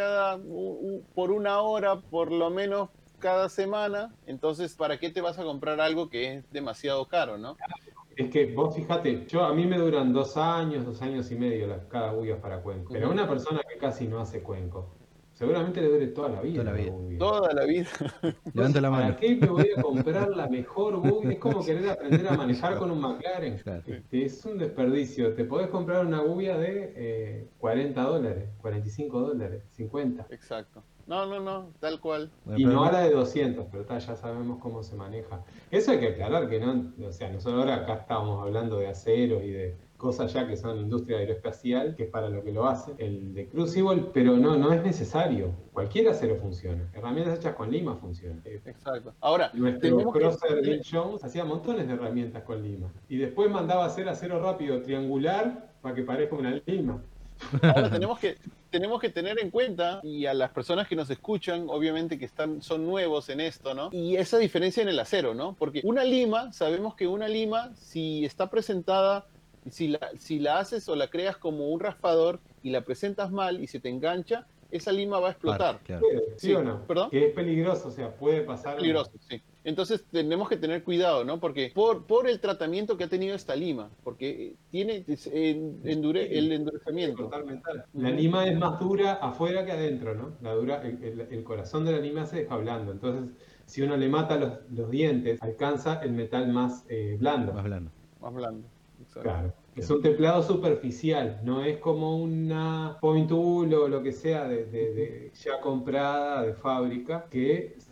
por 1 hora, por lo menos cada semana, entonces, ¿para qué te vas a comprar algo que es demasiado caro, no? Es que vos fíjate, a mí me duran 2 años, 2 años y medio cada gubia para cuenco. Pero a una persona que casi no hace cuenco, seguramente le dure toda la vida. Toda la vida. Levanta la mano. ¿Para qué me voy a comprar la mejor gubia? Es como querer aprender a manejar con un McLaren. Claro. Es un desperdicio. Te podés comprar una gubia de $40, $45, $50. Exacto. No, tal cual. Bueno, y no a la de 200, pero ya sabemos cómo se maneja. Eso hay que aclarar que no, o sea, nosotros ahora acá estábamos hablando de acero y de cosas ya que son industria aeroespacial, que es para lo que lo hace, el de Crucible, pero no es necesario. Cualquier acero funciona. Herramientas hechas con lima funcionan. Exacto. Ahora, nuestro crosser Bill Jones hacía montones de herramientas con lima. Y después mandaba a hacer acero rápido triangular para que parezca una lima. Ahora tenemos que tener en cuenta, y a las personas que nos escuchan, obviamente que son nuevos en esto, ¿no? Y esa diferencia en el acero, ¿no? Porque sabemos que una lima, si está presentada, si la haces o la creas como un raspador y la presentas mal y se te engancha, esa lima va a explotar. Claro. ¿Sí o no? ¿Perdón? Que es peligroso, o sea, puede pasar. Es peligroso, sí. Entonces tenemos que tener cuidado, ¿no? Porque por el tratamiento que ha tenido esta lima, porque tiene el endurecimiento. La lima es más dura afuera que adentro, ¿no? El corazón de la lima se deja blando. Entonces, si uno le mata los dientes, alcanza el metal más blando. Más blando. Más blando. Exacto. Claro. Es un templado superficial, no es como una point tool o lo que sea ya comprada de fábrica, que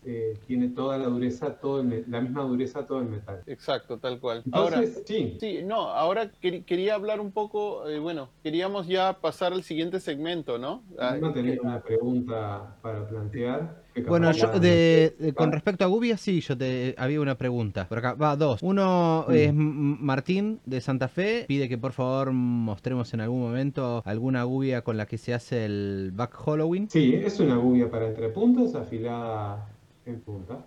tiene toda la dureza, la misma dureza todo el metal. Exacto, tal cual. Entonces, Ahora, sí. sí, no, ahora quería hablar un poco, bueno, queríamos ya pasar al siguiente segmento, ¿no? No tenía una pregunta para plantear. Que capaz Bueno, que yo la- no sé. con respecto a Gubia, sí, yo te había una pregunta. Por acá, va, dos. Uno es Martín de Santa Fe. Pide que por favor mostremos en algún momento alguna Gubia con la que se hace el back hollowing. Sí, es una gubia para entrepuntos afilada en punta,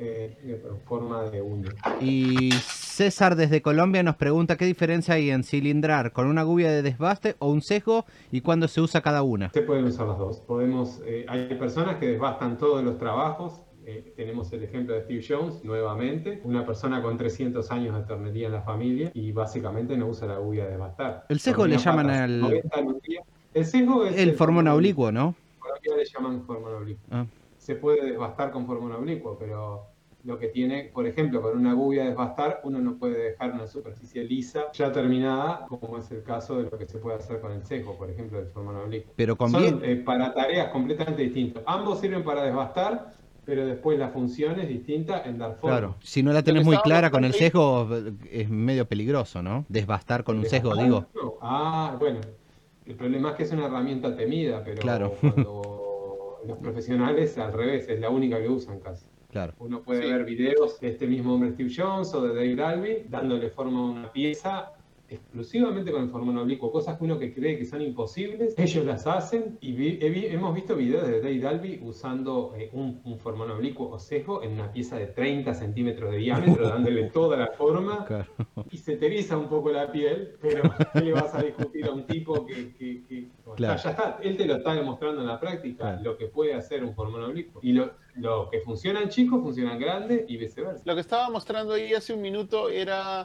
en forma de uña. Y César desde Colombia nos pregunta qué diferencia hay en cilindrar con una gubia de desbaste o un sesgo y cuándo se usa cada una. Se pueden usar las dos. Hay personas que desbastan todos los trabajos. Tenemos el ejemplo de Steve Jones, nuevamente, una persona con 300 años de tornería en la familia y básicamente no usa la gubia de desbastar. El sesgo le Tornea llaman patas al 90 en un día. El sesgo es el el formón formón oblicuo, oblicuo. ¿no? En Colombia le llaman formón oblicuo. Ah, Se puede desbastar con formón oblicuo, pero lo que tiene, por ejemplo, con una gubia de desbastar, uno no puede dejar una superficie lisa ya terminada, como es el caso de lo que se puede hacer con el sesgo, por ejemplo, del formón oblicuo. pero Son para tareas completamente distintas. Ambos sirven para desbastar, pero después la función es distinta en dar forma. claro, si no la Lo que tenés muy estaba clara con el mostrando ahí, sesgo es medio peligroso, ¿no? Desbastar con un sesgo, ¿Desbastar? digo. No. Bueno, el problema es que es una herramienta temida, pero Claro, cuando los profesionales, al revés, es la única que usan casi. claro. Uno puede sí, ver videos de este mismo hombre Steve Jones o de Dave Dalby dándole forma a una pieza exclusivamente con el formón oblicuo, cosas que uno que cree que son imposibles, ellos las hacen y hemos visto videos de Dave Dalby usando un formón oblicuo o sesgo en una pieza de 30 centímetros de diámetro, dándole toda la forma Claro. y se te eriza un poco la piel, pero ¿qué le vas a discutir a un tipo que Claro. ya está? Él te lo está demostrando en la práctica, Claro. lo que puede hacer un formón oblicuo. Y lo que funciona en chicos, funciona en grande y viceversa. lo que estaba mostrando ahí hace un minuto era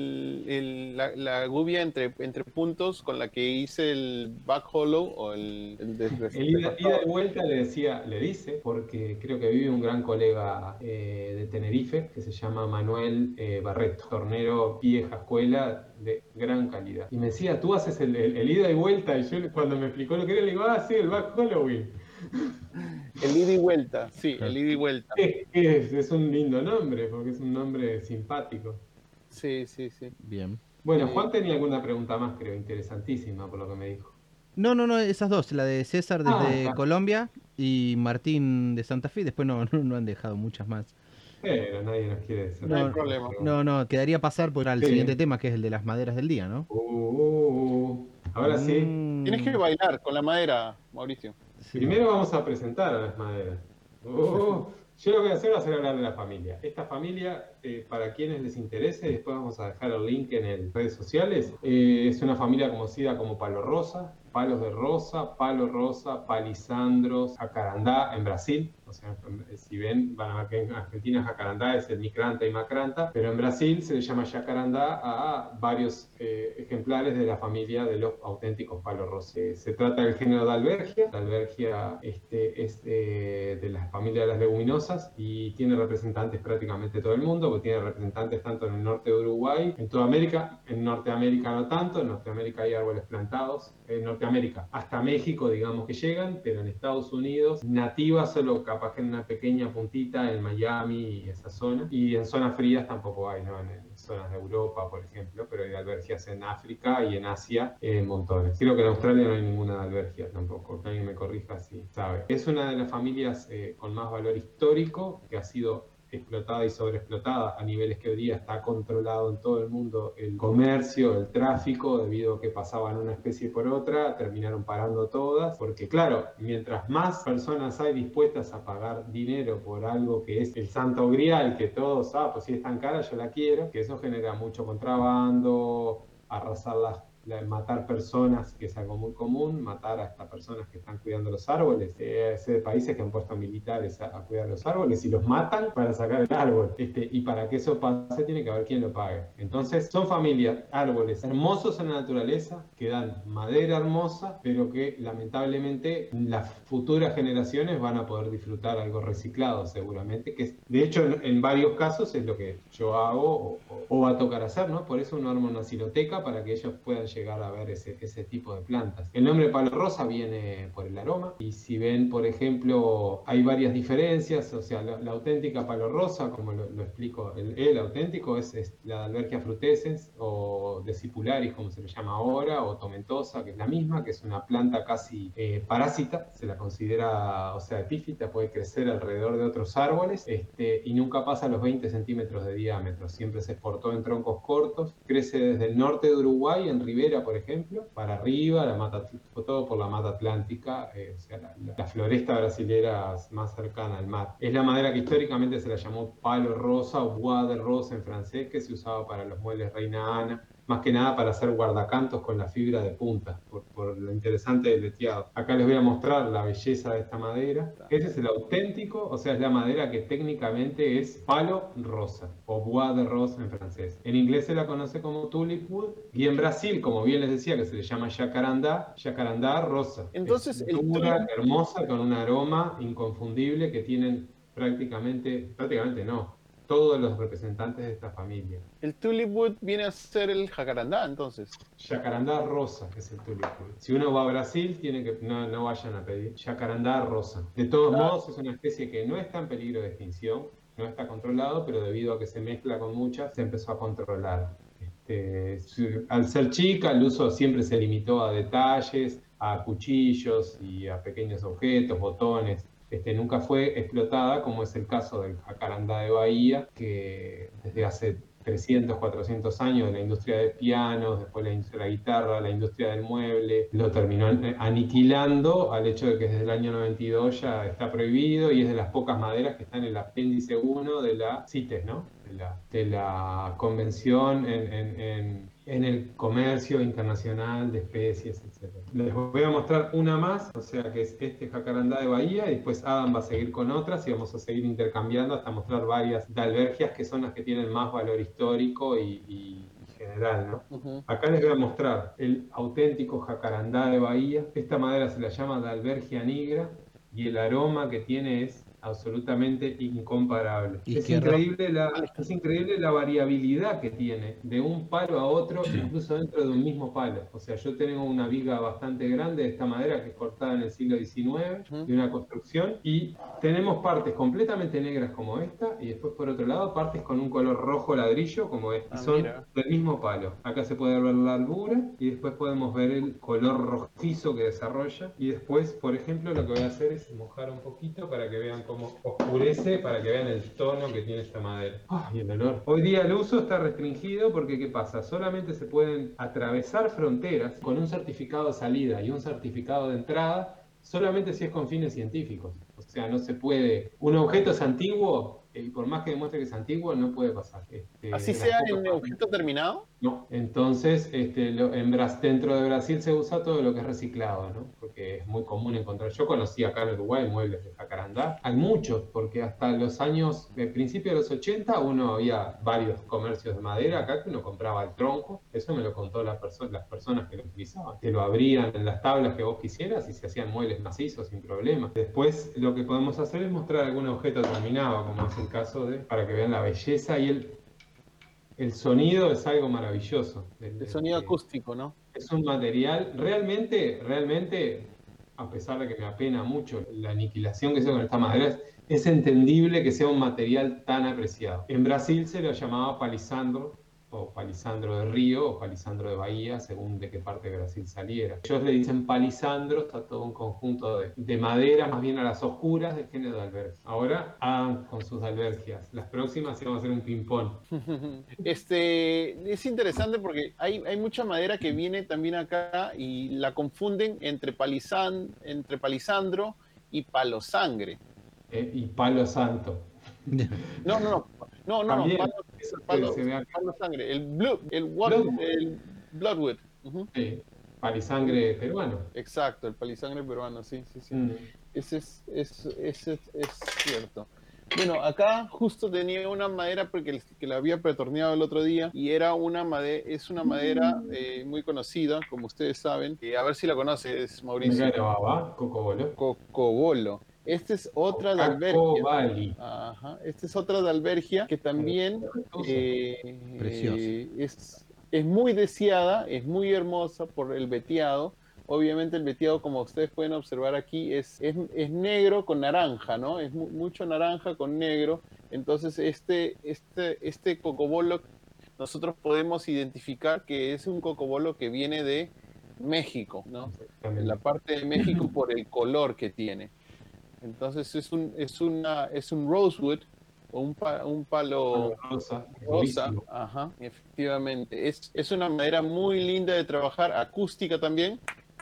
la gubia entre puntos con la que hice el back hollow o El ida y vuelta le dice, porque creo que vive un gran colega de Tenerife que se llama Manuel Barreto, tornero vieja escuela de gran calidad. Y me decía, tú haces el ida y vuelta, y yo cuando me explicó lo que era, le digo, sí, el back hollowing. El ida y vuelta, sí, el ida y vuelta. Es un lindo nombre, porque es un nombre simpático. Sí, sí, sí. Bien. Bueno, Juan tenía alguna pregunta más, creo, interesantísima por lo que me dijo. No, esas dos, la de César desde Claro. Colombia y Martín de Santa Fe, después no han dejado muchas más. Pero nadie nos quiere decir. No hay problema. Quedaría pasar por al Sí. siguiente tema, que es el de las maderas del día, ¿no? Ahora sí. Tienes que bailar con la madera, Mauricio. Sí. Primero vamos a presentar a las maderas. Yo lo que voy a hacer va a ser hablar de la familia. Esta familia, para quienes les interese, después vamos a dejar el link en las redes sociales, es una familia conocida como palo rosa, palos de rosa, palo rosa, palisandros, jacarandá en Brasil. O sea, si ven, van a ver que en Argentina jacarandá es el micranta y macranta, pero en Brasil se le llama jacarandá a varios ejemplares de la familia de los auténticos palos rosas. Se trata del género Dalbergia. Dalbergia es de la familia de las leguminosas y tiene representantes prácticamente todo el mundo, porque tiene representantes tanto en el norte de Uruguay, en toda América, en Norteamérica no tanto, en Norteamérica hay árboles plantados, en Norteamérica hasta México digamos que llegan, pero en Estados Unidos nativas solo capaz que en una pequeña puntita en Miami y esa zona, y en zonas frías tampoco hay, ¿no? En zonas de Europa, por ejemplo, pero hay albergias en África y en Asia montones. Creo que en Australia no hay ninguna albergia tampoco, que alguien me corrija si sabe. Es una de las familias con más valor histórico, que ha sido explotada y sobreexplotada a niveles que hoy día está controlado en todo el mundo el comercio, el tráfico, debido a que pasaban una especie por otra, terminaron parando todas, porque claro, mientras más personas hay dispuestas a pagar dinero por algo que es el santo grial, que todos, pues si es tan cara yo la quiero, que eso genera mucho contrabando, arrasar matar personas, que es algo muy común, matar a estas personas que están cuidando los árboles. Sé de países que han puesto militares a cuidar los árboles y los matan para sacar el árbol. Y para que eso pase tiene que haber quien lo pague. Entonces son familias, árboles hermosos en la naturaleza, que dan madera hermosa, pero que lamentablemente las futuras generaciones van a poder disfrutar algo reciclado seguramente, que de hecho en varios casos es lo que yo hago o va a tocar hacer, ¿no? Por eso uno arma una siloteca para que ellos puedan llegar a ver ese tipo de plantas. El nombre palo rosa viene por el aroma, y si ven, por ejemplo, hay varias diferencias, o sea, la auténtica palo rosa, como lo explico, el auténtico es la Dalbergia frutescens o decipularis, como se le llama ahora, o tomentosa, que es la misma, que es una planta casi parásita, se la considera, o sea, epífita, puede crecer alrededor de otros árboles, y nunca pasa los 20 centímetros de diámetro, siempre se exportó en troncos cortos, crece desde el norte de Uruguay, en Rivera, por ejemplo, para arriba, todo por la mata atlántica, o sea, la floresta brasilera más cercana al mar. Es la madera que históricamente se la llamó palo rosa o bois de rose en francés, que se usaba para los muebles Reina Ana, más que nada para hacer guardacantos con la fibra de punta, por lo interesante del veteado. Acá les voy a mostrar la belleza de esta madera. Este es el auténtico, o sea, es la madera que técnicamente es palo rosa, o bois de rose en francés. En inglés se la conoce como tulip wood, y en Brasil, como bien les decía, que se le llama jacarandá rosa. Entonces, Es dura, hermosa, con un aroma inconfundible que tienen prácticamente no, todos los representantes de esta familia. el tulip wood viene a ser el jacarandá, entonces. Jacarandá rosa es el tulip. Si uno va a Brasil, no vayan a pedir jacarandá rosa. De todos modos, es una especie que no está en peligro de extinción, no está controlado, pero debido a que se mezcla con muchas, se empezó a controlar. Al ser chica, el uso siempre se limitó a detalles, a cuchillos y a pequeños objetos, botones. Nunca fue explotada, como es el caso del jacarandá de Bahía, que desde hace 300, 400 años la industria de pianos, después la industria de la guitarra, la industria del mueble, lo terminó aniquilando al hecho de que desde el año 92 ya está prohibido y es de las pocas maderas que están en el apéndice 1 de la CITES, ¿no? De la Convención en el Comercio Internacional de Especies, etc. Les voy a mostrar una más, o sea que es este jacarandá de Bahía, y después Adam va a seguir con otras y vamos a seguir intercambiando hasta mostrar varias dalbergias que son las que tienen más valor histórico y general, ¿no? Acá les voy a mostrar el auténtico jacarandá de Bahía. Esta madera se la llama Dalbergia nigra y el aroma que tiene es absolutamente incomparable. Es increíble la variabilidad que tiene de un palo a otro, incluso dentro de un mismo palo. O sea, yo tengo una viga bastante grande de esta madera que es cortada en el siglo XIX, de una construcción, y tenemos partes completamente negras como esta, y después por otro lado partes con un color rojo ladrillo como esta. Y son del mismo palo. Acá se puede ver la albura, y después podemos ver el color rojizo que desarrolla, y después, por ejemplo, lo que voy a hacer es mojar un poquito para que vean cómo oscurece, para que vean el tono que tiene esta madera. Y el olor. Hoy día el uso está restringido porque ¿qué pasa? Solamente se pueden atravesar fronteras con un certificado de salida y un certificado de entrada, solamente si es con fines científicos. O sea, no se puede. Un objeto es antiguo y por más que demuestre que es antiguo, no puede pasar. ¿Así sea en objeto terminado? No, entonces dentro de Brasil se usa todo lo que es reciclado, ¿no? Porque es muy común encontrar. Yo conocí acá en Uruguay muebles de jacarandá. Hay muchos, porque hasta los años, principio de los 80, había varios comercios de madera acá que uno compraba el tronco. Eso me lo contó las personas que lo utilizaban. Te lo abrían en las tablas que vos quisieras y se hacían muebles macizos sin problema. Después lo que podemos hacer es mostrar algún objeto terminado, como es el caso para que vean la belleza y el sonido es algo maravilloso. El sonido acústico, ¿no? Es un material, realmente, a pesar de que me apena mucho la aniquilación que se hace con esta madera, es entendible que sea un material tan apreciado. En Brasil se lo llamaba palisandro, o palisandro de río, o palisandro de bahía, según de qué parte de Brasil saliera. Ellos le dicen palisandros a todo un conjunto de maderas, más bien a las oscuras del género de albergia. Ahora, con sus albergias. Las próximas vamos a hacer un ping-pong. Es interesante porque hay mucha madera que viene también acá y la confunden entre palisandro y palo sangre. Y palo santo. No, palo sangre. El bloodwood. Sí, palisangre peruano. Exacto, el palisangre peruano, sí. Ese es cierto. Bueno, acá justo tenía una madera porque que la había pretorneado el otro día y era una madera muy conocida, como ustedes saben. A ver si la conoces, Mauricio. Cocobolo. Cocobolo. Esta es otra dalbergia. Ajá. Esta es otra dalbergia que también Es muy deseada, es muy hermosa por el veteado. Obviamente el veteado, como ustedes pueden observar aquí, es negro con naranja, ¿no? Es mucho naranja con negro. Entonces este cocobolo nosotros podemos identificar que es un cocobolo que viene de México, ¿no? En la parte de México por el color que tiene. Entonces es un rosewood o un palo rosa, rosa, durísimo. ajá, efectivamente. Es una madera muy linda de trabajar, acústica también,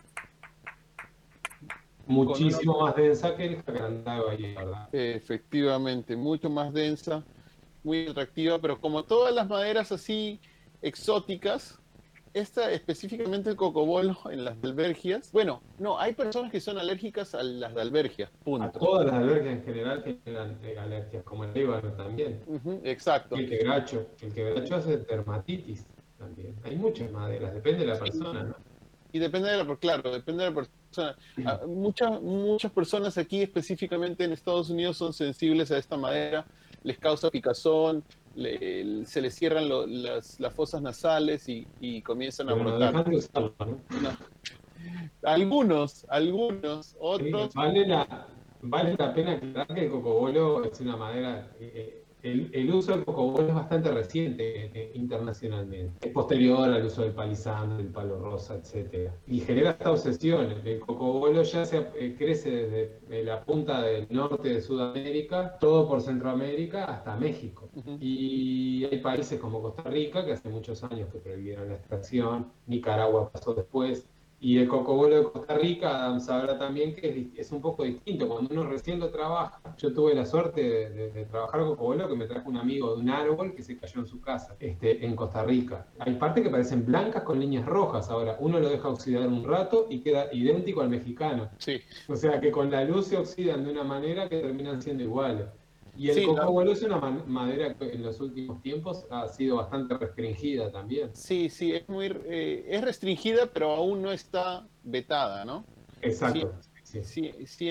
con una, Muchísimo más densa que el jacarandá de Bahía, ¿verdad? efectivamente, mucho más densa, muy atractiva, pero como todas las maderas así exóticas, esta específicamente el cocobolo en las dalbergias, bueno, no, hay personas que son alérgicas a las dalbergias, A punto. todas las alergias en general generan alergias, como el ébano también. Ujú, Y exacto. el quebracho hace dermatitis también. Hay muchas maderas, depende de la persona, ¿no? Y depende de claro, depende de la persona. Muchas personas aquí, específicamente en Estados Unidos, son sensibles a esta madera, les causa picazón, se les cierran las fosas nasales y comienzan a Pero no brotar. dejan de usarlo, ¿no? No. Algunos, Sí, otros, vale la pena aclarar que el cocobolo es una madera. El uso del cocobolo es bastante reciente internacionalmente. Es posterior al uso del palisandro, del palo rosa, etcétera. Y genera esta obsesión. El cocobolo ya crece desde la punta del norte de Sudamérica, todo por Centroamérica hasta México. ujú, Y hay países como Costa Rica, que hace muchos años que prohibieron la extracción, Nicaragua pasó después. Y el cocobolo de Costa Rica, Adam sabrá también que es un poco distinto. Cuando uno recién lo trabaja, yo tuve la suerte de trabajar cocobolo que me trajo un amigo de un árbol que se cayó en su casa, en Costa Rica. Hay partes que parecen blancas con líneas rojas. Ahora, uno lo deja oxidar un rato y queda idéntico al mexicano. sí, O sea que con la luz se oxidan de una manera que terminan siendo iguales. Y el sí, cocobolo es una madera que en los últimos tiempos ha sido bastante restringida también. sí, sí, es restringida, pero aún no está vetada, ¿no? Sí, Exacto. Sí, sí,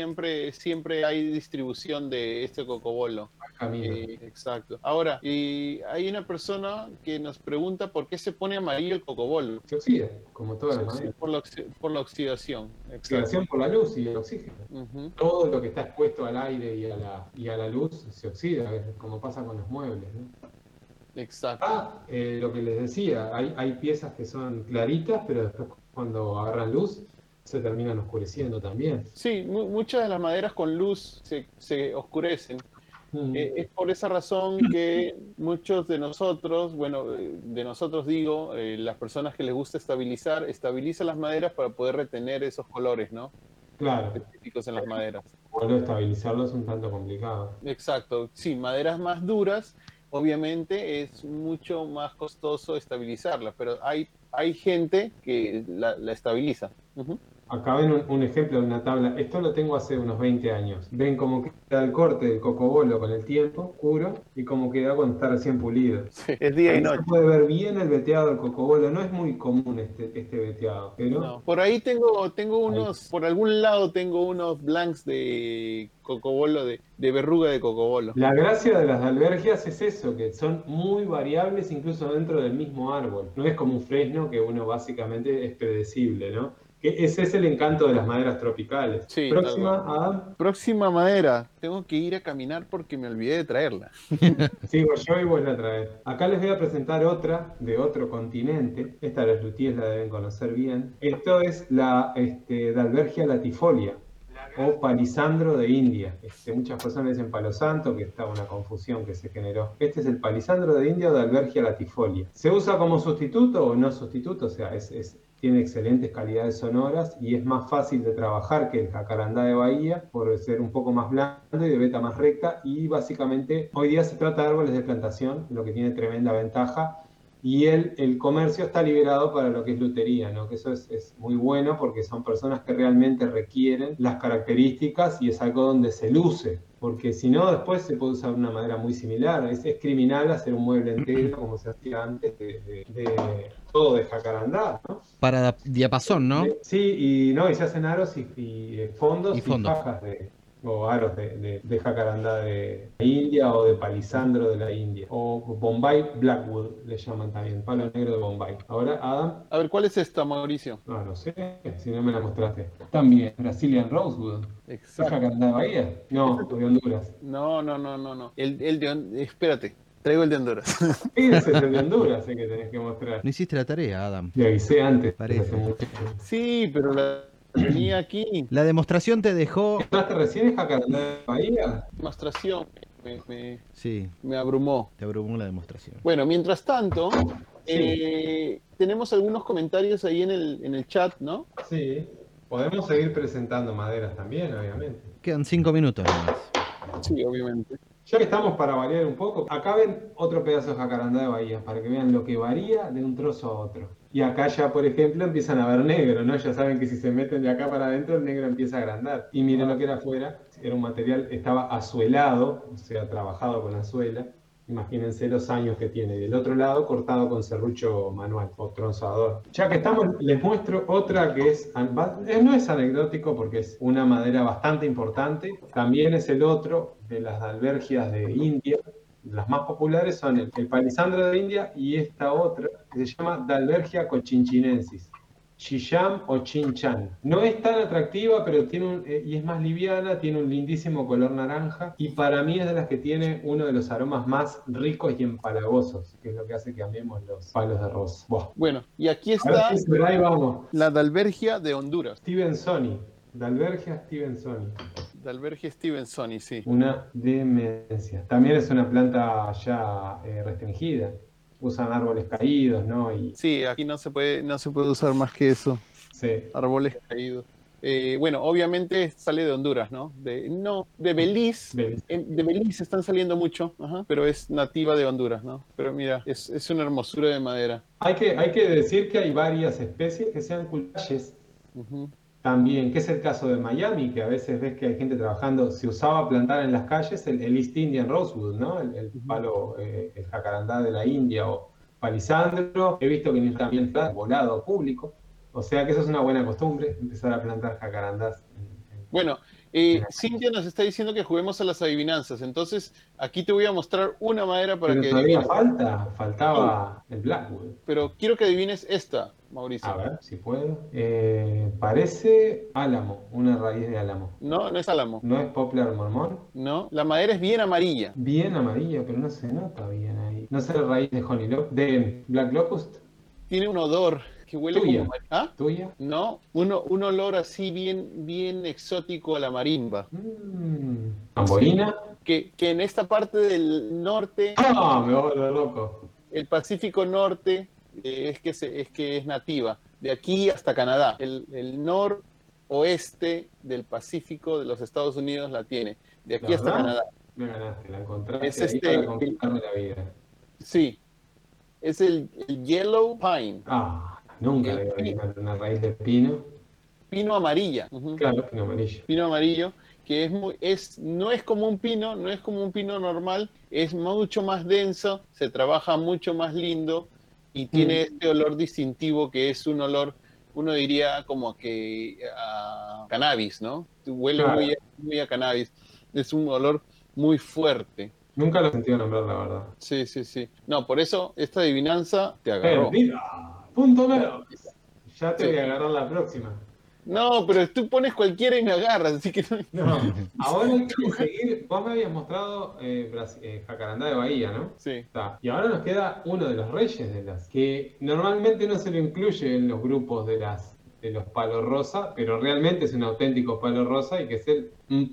siempre hay distribución de este cocobolo. camino. Exacto. Ahora, y hay una persona que nos pregunta por qué se pone amarillo el cocobolo. Se oxida, como todas las maderas. Por la oxidación. Exacto. Oxidación por la luz y el oxígeno. Ujú, Todo lo que está expuesto al aire y a la luz se oxida, como pasa con los muebles, ¿no? exacto. Lo que les decía, hay piezas que son claritas, pero después cuando agarran luz se terminan oscureciendo también. Sí, muchas de las maderas con luz se oscurecen. Es por esa razón que muchos de nosotros, bueno, de nosotros digo, las personas que les gusta estabilizan las maderas para poder retener esos colores, ¿no? Claro, Específicos en las maderas. volver a estabilizarlo es un tanto complicado. Exacto, sí, maderas más duras, obviamente es mucho más costoso estabilizarlas, pero hay gente que la estabiliza. Ujú. Acá ven un ejemplo de una tabla. Esto lo tengo hace unos 20 años. Ven cómo queda el corte del cocobolo con el tiempo, puro, y cómo queda cuando está recién pulido. Sí, es día y Ahí se noche. puede ver bien el veteado del cocobolo. No es muy común este veteado, pero No, por ahí tengo ahí. unos, por algún lado tengo unos blanks de cocobolo, de verruga de cocobolo. La gracia de las albergias es eso, que son muy variables incluso dentro del mismo árbol. No es como un fresno que uno básicamente es predecible, ¿no? Que ese es el encanto de las maderas tropicales. Sí, tal cual. Próxima, Adam. Próxima madera, tengo que ir a caminar porque me olvidé de traerla. Sigo yo y vuelvo a traer. Acá les voy a presentar otra de otro continente. Esta los luthiers la deben conocer bien. Esto es la Dalbergia latifolia o palisandro de India. Muchas personas dicen palo santo, que está una confusión que se generó. Este es el palisandro de India o Dalbergia latifolia. ¿Se usa como sustituto o no sustituto? O sea, tiene excelentes calidades sonoras y es más fácil de trabajar que el jacarandá de Bahía por ser un poco más blando y de veta más recta, y básicamente hoy día se trata de árboles de plantación, lo que tiene tremenda ventaja, y el comercio está liberado para lo que es lutería, ¿no? Que eso es muy bueno porque son personas que realmente requieren las características y es algo donde se luce, porque si no después se puede usar una madera muy similar. Es criminal hacer un mueble entero como se hacía antes de todo de jacarandá, ¿no? Para diapasón, ¿no? Sí, y no, y se hacen aros y fondos Y y fondo. fajas o aros de jacarandá de la India o de palisandro de la India. O Bombay Blackwood le llaman también, palo negro de Bombay. Ahora, Adam, A ver, ¿cuál es esta, Mauricio? no sé, si no me la mostraste. También, Brazilian Rosewood. ¿Es Exacto. jacarandá de Bahía? No, de Honduras. No, no, no, no, no. Espérate, traigo el de Honduras. Ese es el de Honduras, el que tenés que mostrar. No hiciste la tarea, Adam. Le avisé antes. Parece. hace mucho. Sí, pero la tenía aquí. La demostración te dejó... ¿Mostraste recién es jacarandá de Bahía? Demostración. Me, Sí, me abrumó. te abrumó la demostración. Bueno, mientras tanto, Sí. tenemos algunos comentarios ahí en el chat, ¿no? Sí. Podemos seguir presentando maderas también, obviamente. Quedan 5 minutos nomás. Sí, obviamente. Ya que estamos para variar un poco, acá ven otro pedazo de jacarandá de Bahía, para que vean lo que varía de un trozo a otro. Y acá ya, por ejemplo, empiezan a ver negro, ¿no? Ya saben que si se meten de acá para adentro, el negro empieza a agrandar. Y miren lo que era afuera, era un material, estaba azuelado, o sea, trabajado con azuela. Imagínense los años que tiene. Y del otro lado, cortado con serrucho manual o tronzador. Ya que estamos, les muestro otra que no es anecdótico porque es una madera bastante importante. También es el otro de las dalbergias de India. Las más populares son el palisandro de India y esta otra que se llama Dalbergia cochinchinensis. Shisham o Chinchan. No es tan atractiva, pero y es más liviana, tiene un lindísimo color naranja y para mí es de las que tiene uno de los aromas más ricos y empalagosos, que es lo que hace que amemos los palos de rosa. Buah. Bueno, y aquí A ver está si por ahí vamos. la Dalbergia de Honduras. Stevensoni. Dalbergia Stevensoni. Dalbergia Stevensoni, sí. Una demencia. También es una planta ya restringida. Usan árboles caídos, ¿no? Y Sí, aquí no se puede usar más que eso. sí. Árboles caídos. Bueno, obviamente sale de Honduras, ¿no? De Belice. Belice. De Belice están saliendo mucho, ajá, pero es nativa de Honduras, ¿no? Pero mira, es una hermosura de madera. Hay que decir que hay varias especies que sean cultivables Ujú. también, que es el caso de Miami, que a veces ves que hay gente trabajando, se usaba plantar en las calles el East Indian Rosewood, ¿no? El palo, el jacarandá de la India o palisandro. He visto que también está volado público, o sea que eso es una buena costumbre, empezar a plantar jacarandás. Bueno, Cintia nos está diciendo que juguemos a las adivinanzas, entonces aquí te voy a mostrar una madera para Pero que todavía adivines. faltaba el Blackwood. Pero quiero que adivines esta, Mauricio. A ver, si puedo. Parece álamo, una raíz de álamo. No, no es álamo. ¿No es poplar mormón? No, la madera es bien amarilla. Bien amarilla, pero no se nota bien ahí. ¿No será raíz de de Black Locust? Tiene un odor que huele Tuya. como... ¿Ah? ¿Tuya? No, un olor así bien exótico a la marimba. ¿Amborina? Que en esta parte del norte, ¡Ah! Me voy a volver loco. el Pacífico Norte, es que es nativa. De aquí hasta Canadá. El noroeste del Pacífico de los Estados Unidos la tiene. De aquí ¿La hasta verdad? Canadá. Me ganaste, la encontraste Es ahí para conquistarme la vida. Sí, es el Yellow Pine. Ah, nunca El le iba a pi- adivinar una raíz de pino. Pino amarilla. Ujú. Claro, pino amarillo. Pino amarillo, que no es como un pino, no es como un pino normal, es mucho más denso, se trabaja mucho más lindo y tiene este olor distintivo que es un olor, uno diría como que a cannabis, ¿no? Huele Claro. muy a cannabis. Es un olor muy fuerte. Nunca lo he sentido nombrar, la verdad. Sí, sí, sí. No, por eso esta adivinanza te agarró. Perdida. Punto menos. Ya te Sí. voy a agarrar la próxima. No, pero tú pones cualquiera y me agarras, así que no. No, ahora hay que seguir. Vos me habías mostrado jacarandá de Bahía, ¿no? Sí. Está. Y ahora nos queda uno de los reyes de las, que normalmente no se lo incluye en los grupos de los palos rosa, pero realmente es un auténtico palo rosa y que es un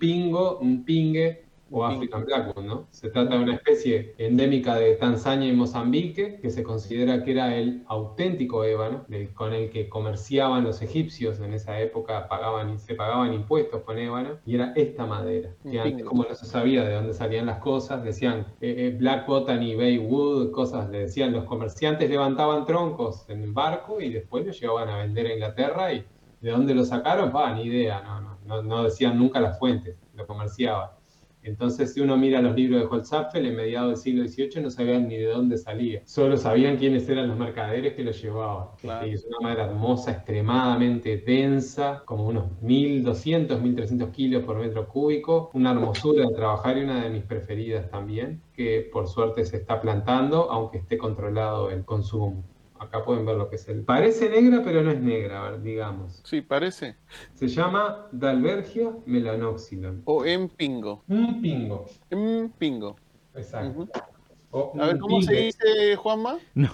pingue o African Blackwood, ¿no? Se trata de una especie endémica de Tanzania y Mozambique, que se considera que era el auténtico ébano, con el que comerciaban los egipcios en esa época, se pagaban impuestos con ébano, y era esta madera, que antes, como no se sabía de dónde salían las cosas, decían Black Botany Bay Wood, cosas, le decían, los comerciantes levantaban troncos en el barco y después los llevaban a vender a Inglaterra, y ¿de dónde lo sacaron? Ni idea, no decían nunca las fuentes, lo comerciaban. Entonces, si uno mira los libros de Holzapfel, en mediados del siglo XVIII no sabían ni de dónde salía. Solo sabían quiénes eran los mercaderes que los llevaban. Claro. Es una madera hermosa, extremadamente densa, como unos 1.200, 1.300 kilos por metro cúbico. Una hermosura de trabajar y una de mis preferidas también, que por suerte se está plantando, aunque esté controlado el consumo. Acá pueden ver lo que es el... Parece negra, pero no es negra, a ver, digamos. Sí, parece. Se llama Dalbergia melanoxylon. O empingo. Un pingo. Empingo. Exacto. Ujú. O A ver, un ¿cómo se pingue. dice, Juanma? No.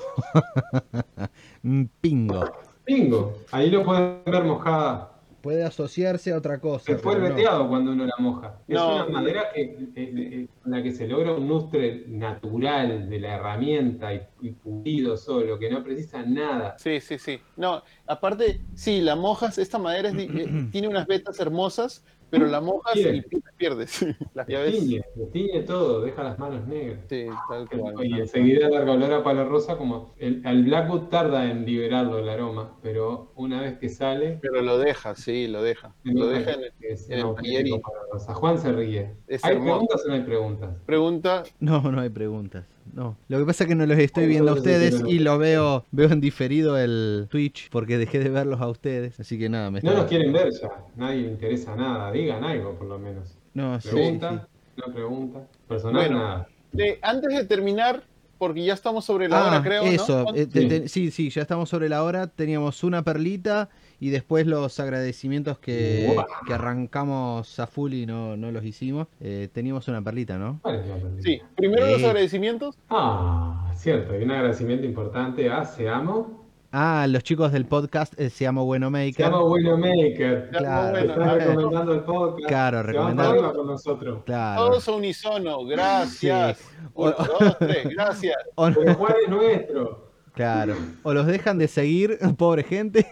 Un pingo. Pingo. Ahí lo pueden ver mojada. Puede asociarse a otra cosa. Se fue el pero no. veteado cuando uno la moja. Es No, una madera con la que se logra un lustre natural de la herramienta y pulido solo, que no precisa nada. sí, sí, sí. No, aparte, sí, la mojas, esta madera tiene unas vetas hermosas, pero la mojas Bien. y pierdes. Ya ves. Le tiñe todo, deja las manos negras. Sí, tal cual. Y enseguida larga olor a palo rosa, como el Blackwood tarda en liberarlo el aroma, pero una vez que sale, Pero lo deja, sí, lo deja. se Lo nota deja en, que es en un el taller auténtico y palo rosa. Juan se ríe. es ¿Hay hermoso. preguntas o no hay preguntas? Pregunta, No, no hay preguntas. No. Lo que pasa es que no los estoy Oh, viendo a entonces ustedes no. y lo veo en diferido el Twitch porque dejé de verlos a ustedes. Así que nada, me No está... nos quieren ver ya, nadie le interesa nada, digan algo por lo menos. No, sí, Pregunta, sí. no pregunta, personal Bueno. nada. antes de terminar, porque ya estamos sobre la hora, creo, eso. ¿no? Sí, ya estamos sobre la hora. Teníamos una perlita y después los agradecimientos que Upa. arrancamos a full y no los hicimos. Teníamos una perlita, ¿no? ¿Cuál es la perlita? Sí, primero los Sí. agradecimientos. Cierto, y un agradecimiento importante a Seamo. Los chicos del podcast Se llama Bueno Maker. Seamo Bueno Maker. Claro. Te están recomendando el podcast. Claro, Se van recomendar- para arriba con nosotros. Claro. Todos a unisono, gracias. Sí. 1, 2, 3, gracias. O, Pero Juan es nuestro. claro. O los dejan de seguir, pobre gente.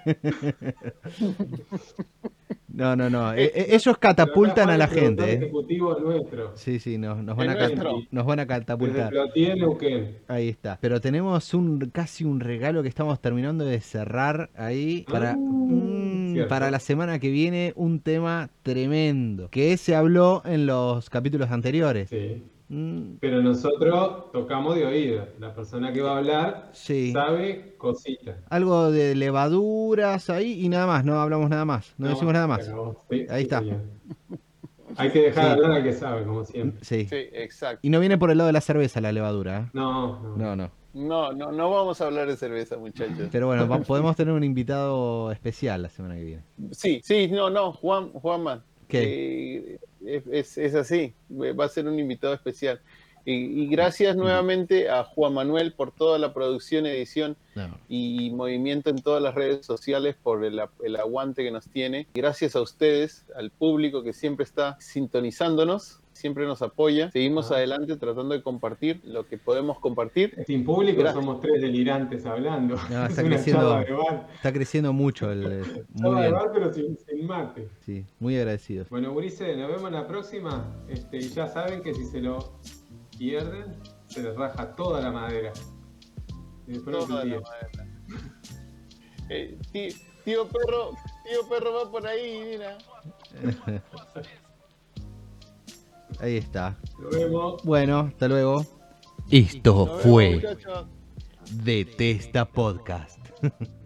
No. Ellos catapultan a la gente. El ejecutivo es nuestro. Sí, nos Es van a nuestro. nos van a Desde catapultar. Plotier, Neuquén. Ahí está. Pero tenemos casi un regalo que estamos terminando de cerrar ahí Cierto. para la semana que viene, un tema tremendo que se habló en los capítulos anteriores. Sí. Mm, Pero nosotros tocamos de oído. La persona que va a hablar Sí. sabe cositas. Algo de levaduras ahí y nada más, no hablamos nada más, no decimos nada más. se acabó. Sí, Ahí está. bien. Hay que dejar Sí. hablar al que sabe, como siempre. Sí. Sí, exacto. Y no viene por el lado de la cerveza la levadura, ¿eh? No. No. No vamos a hablar de cerveza, muchachos. Pero bueno, podemos tener un invitado especial la semana que viene. Sí, Juanma. ¿Qué? Es así, va a ser un invitado especial. Y gracias nuevamente a Juan Manuel por toda la producción, edición No. y movimiento en todas las redes sociales, por el aguante que nos tiene. Gracias a ustedes, al público que siempre está sintonizándonos, siempre nos apoya. Seguimos adelante tratando de compartir lo que podemos compartir. Sin público Gracias. somos tres delirantes hablando. No, Es está una creciendo, charla de bar. está creciendo mucho muy Charla de bien. bar, pero sin mate. Sí, muy agradecidos. Bueno, Ulises, nos vemos en la próxima. Y ya saben que si se lo pierden, se les raja toda la madera. Y después no se Toda la olviden. madera. Tío perro va por ahí, mira. Ahí está. Nos vemos. Bueno, hasta luego. Esto Nos vemos, fue muchachos. Detesta Podcast.